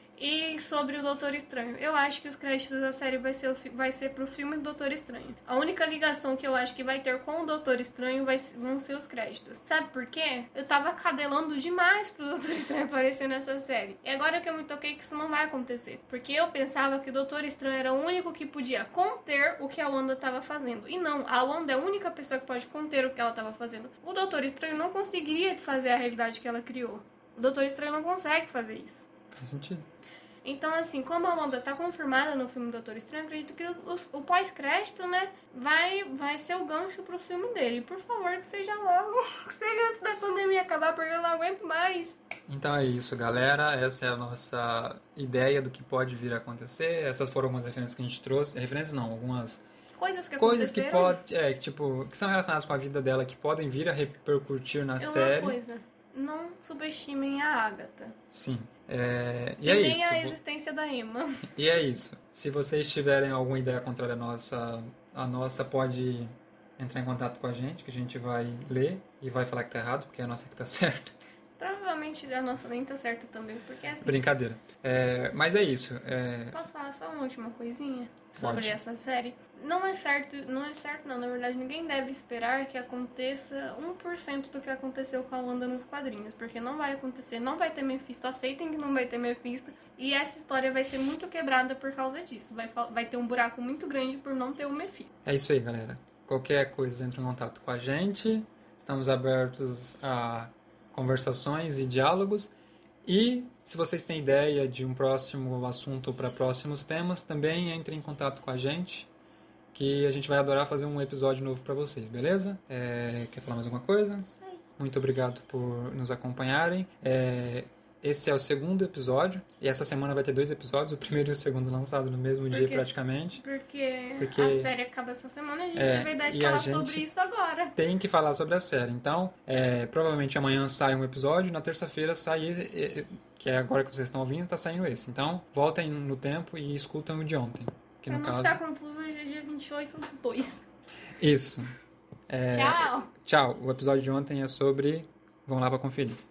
E sobre o Doutor Estranho, eu acho que os créditos da série vai ser, vai ser pro filme do Doutor Estranho. A única ligação que eu acho que vai ter com o Doutor Estranho vai, vão ser os créditos. Sabe por quê? Eu tava cadelando demais pro Doutor Estranho aparecer nessa série. E agora que eu me toquei que isso não vai acontecer. Porque eu pensava que o Doutor Estranho era o único que podia conter o que a Wanda tava fazendo. E não, a Wanda é a única pessoa que pode conter o que ela tava fazendo. O Doutor Estranho não conseguiria desfazer a realidade que ela criou. O Doutor Estranho não consegue fazer isso. Faz sentido. Então, assim, como a Wanda tá confirmada no filme Doutor Estranho, acredito que o, o pós-crédito, né, vai, vai ser o gancho pro filme dele. Por favor, que seja logo, que seja antes da pandemia acabar, porque eu não aguento mais. Então é isso, galera. Essa é a nossa ideia do que pode vir a acontecer. Essas foram algumas referências que a gente trouxe. Referências não, algumas... Coisas que Coisas que, pode, é, tipo, que são relacionadas com a vida dela, que podem vir a repercutir na é série. Uma coisa, não subestimem a Agatha. Sim. É, e, e é nem isso. a existência da Emma. E é isso. Se vocês tiverem alguma ideia contrária à nossa, a nossa pode entrar em contato com a gente, que a gente vai ler e vai falar que tá errado, porque é a nossa que tá certa. Provavelmente a nossa nem tá certa também, porque é assim. Brincadeira. É, mas é isso. É... Posso falar só uma última coisinha sobre Pode. essa série? Não é certo, não é certo não, na verdade ninguém deve esperar que aconteça um por cento do que aconteceu com a Wanda nos quadrinhos, porque não vai acontecer, não vai ter Mephisto, aceitem que não vai ter Mephisto, e essa história vai ser muito quebrada por causa disso, vai, vai ter um buraco muito grande por não ter o Mephisto. É isso aí, galera. Qualquer coisa, entre em contato com a gente, estamos abertos a conversações e diálogos, e se vocês têm ideia de um próximo assunto para próximos temas, também entrem em contato com a gente. que a gente vai adorar fazer um episódio novo pra vocês, beleza? É, quer falar mais alguma coisa? Muito obrigado por nos acompanharem. É, esse é o segundo episódio, e essa semana vai ter dois episódios, o primeiro e o segundo lançado no mesmo Porque, dia praticamente. Porque, Porque a série acaba essa semana e a gente é, teve a ideia de e a falar gente sobre isso agora. Tem que falar sobre a série. Então, é, provavelmente amanhã sai um episódio, na terça-feira sai, que é agora que vocês estão ouvindo, tá saindo esse. Então, voltem no tempo e escutem o de ontem. Que pra no não caso... ficar confuso, hoje é dia vinte e oito do dois. Isso. É, Tchau! Tchau. O episódio de ontem é sobre... Vamos lá pra conferir.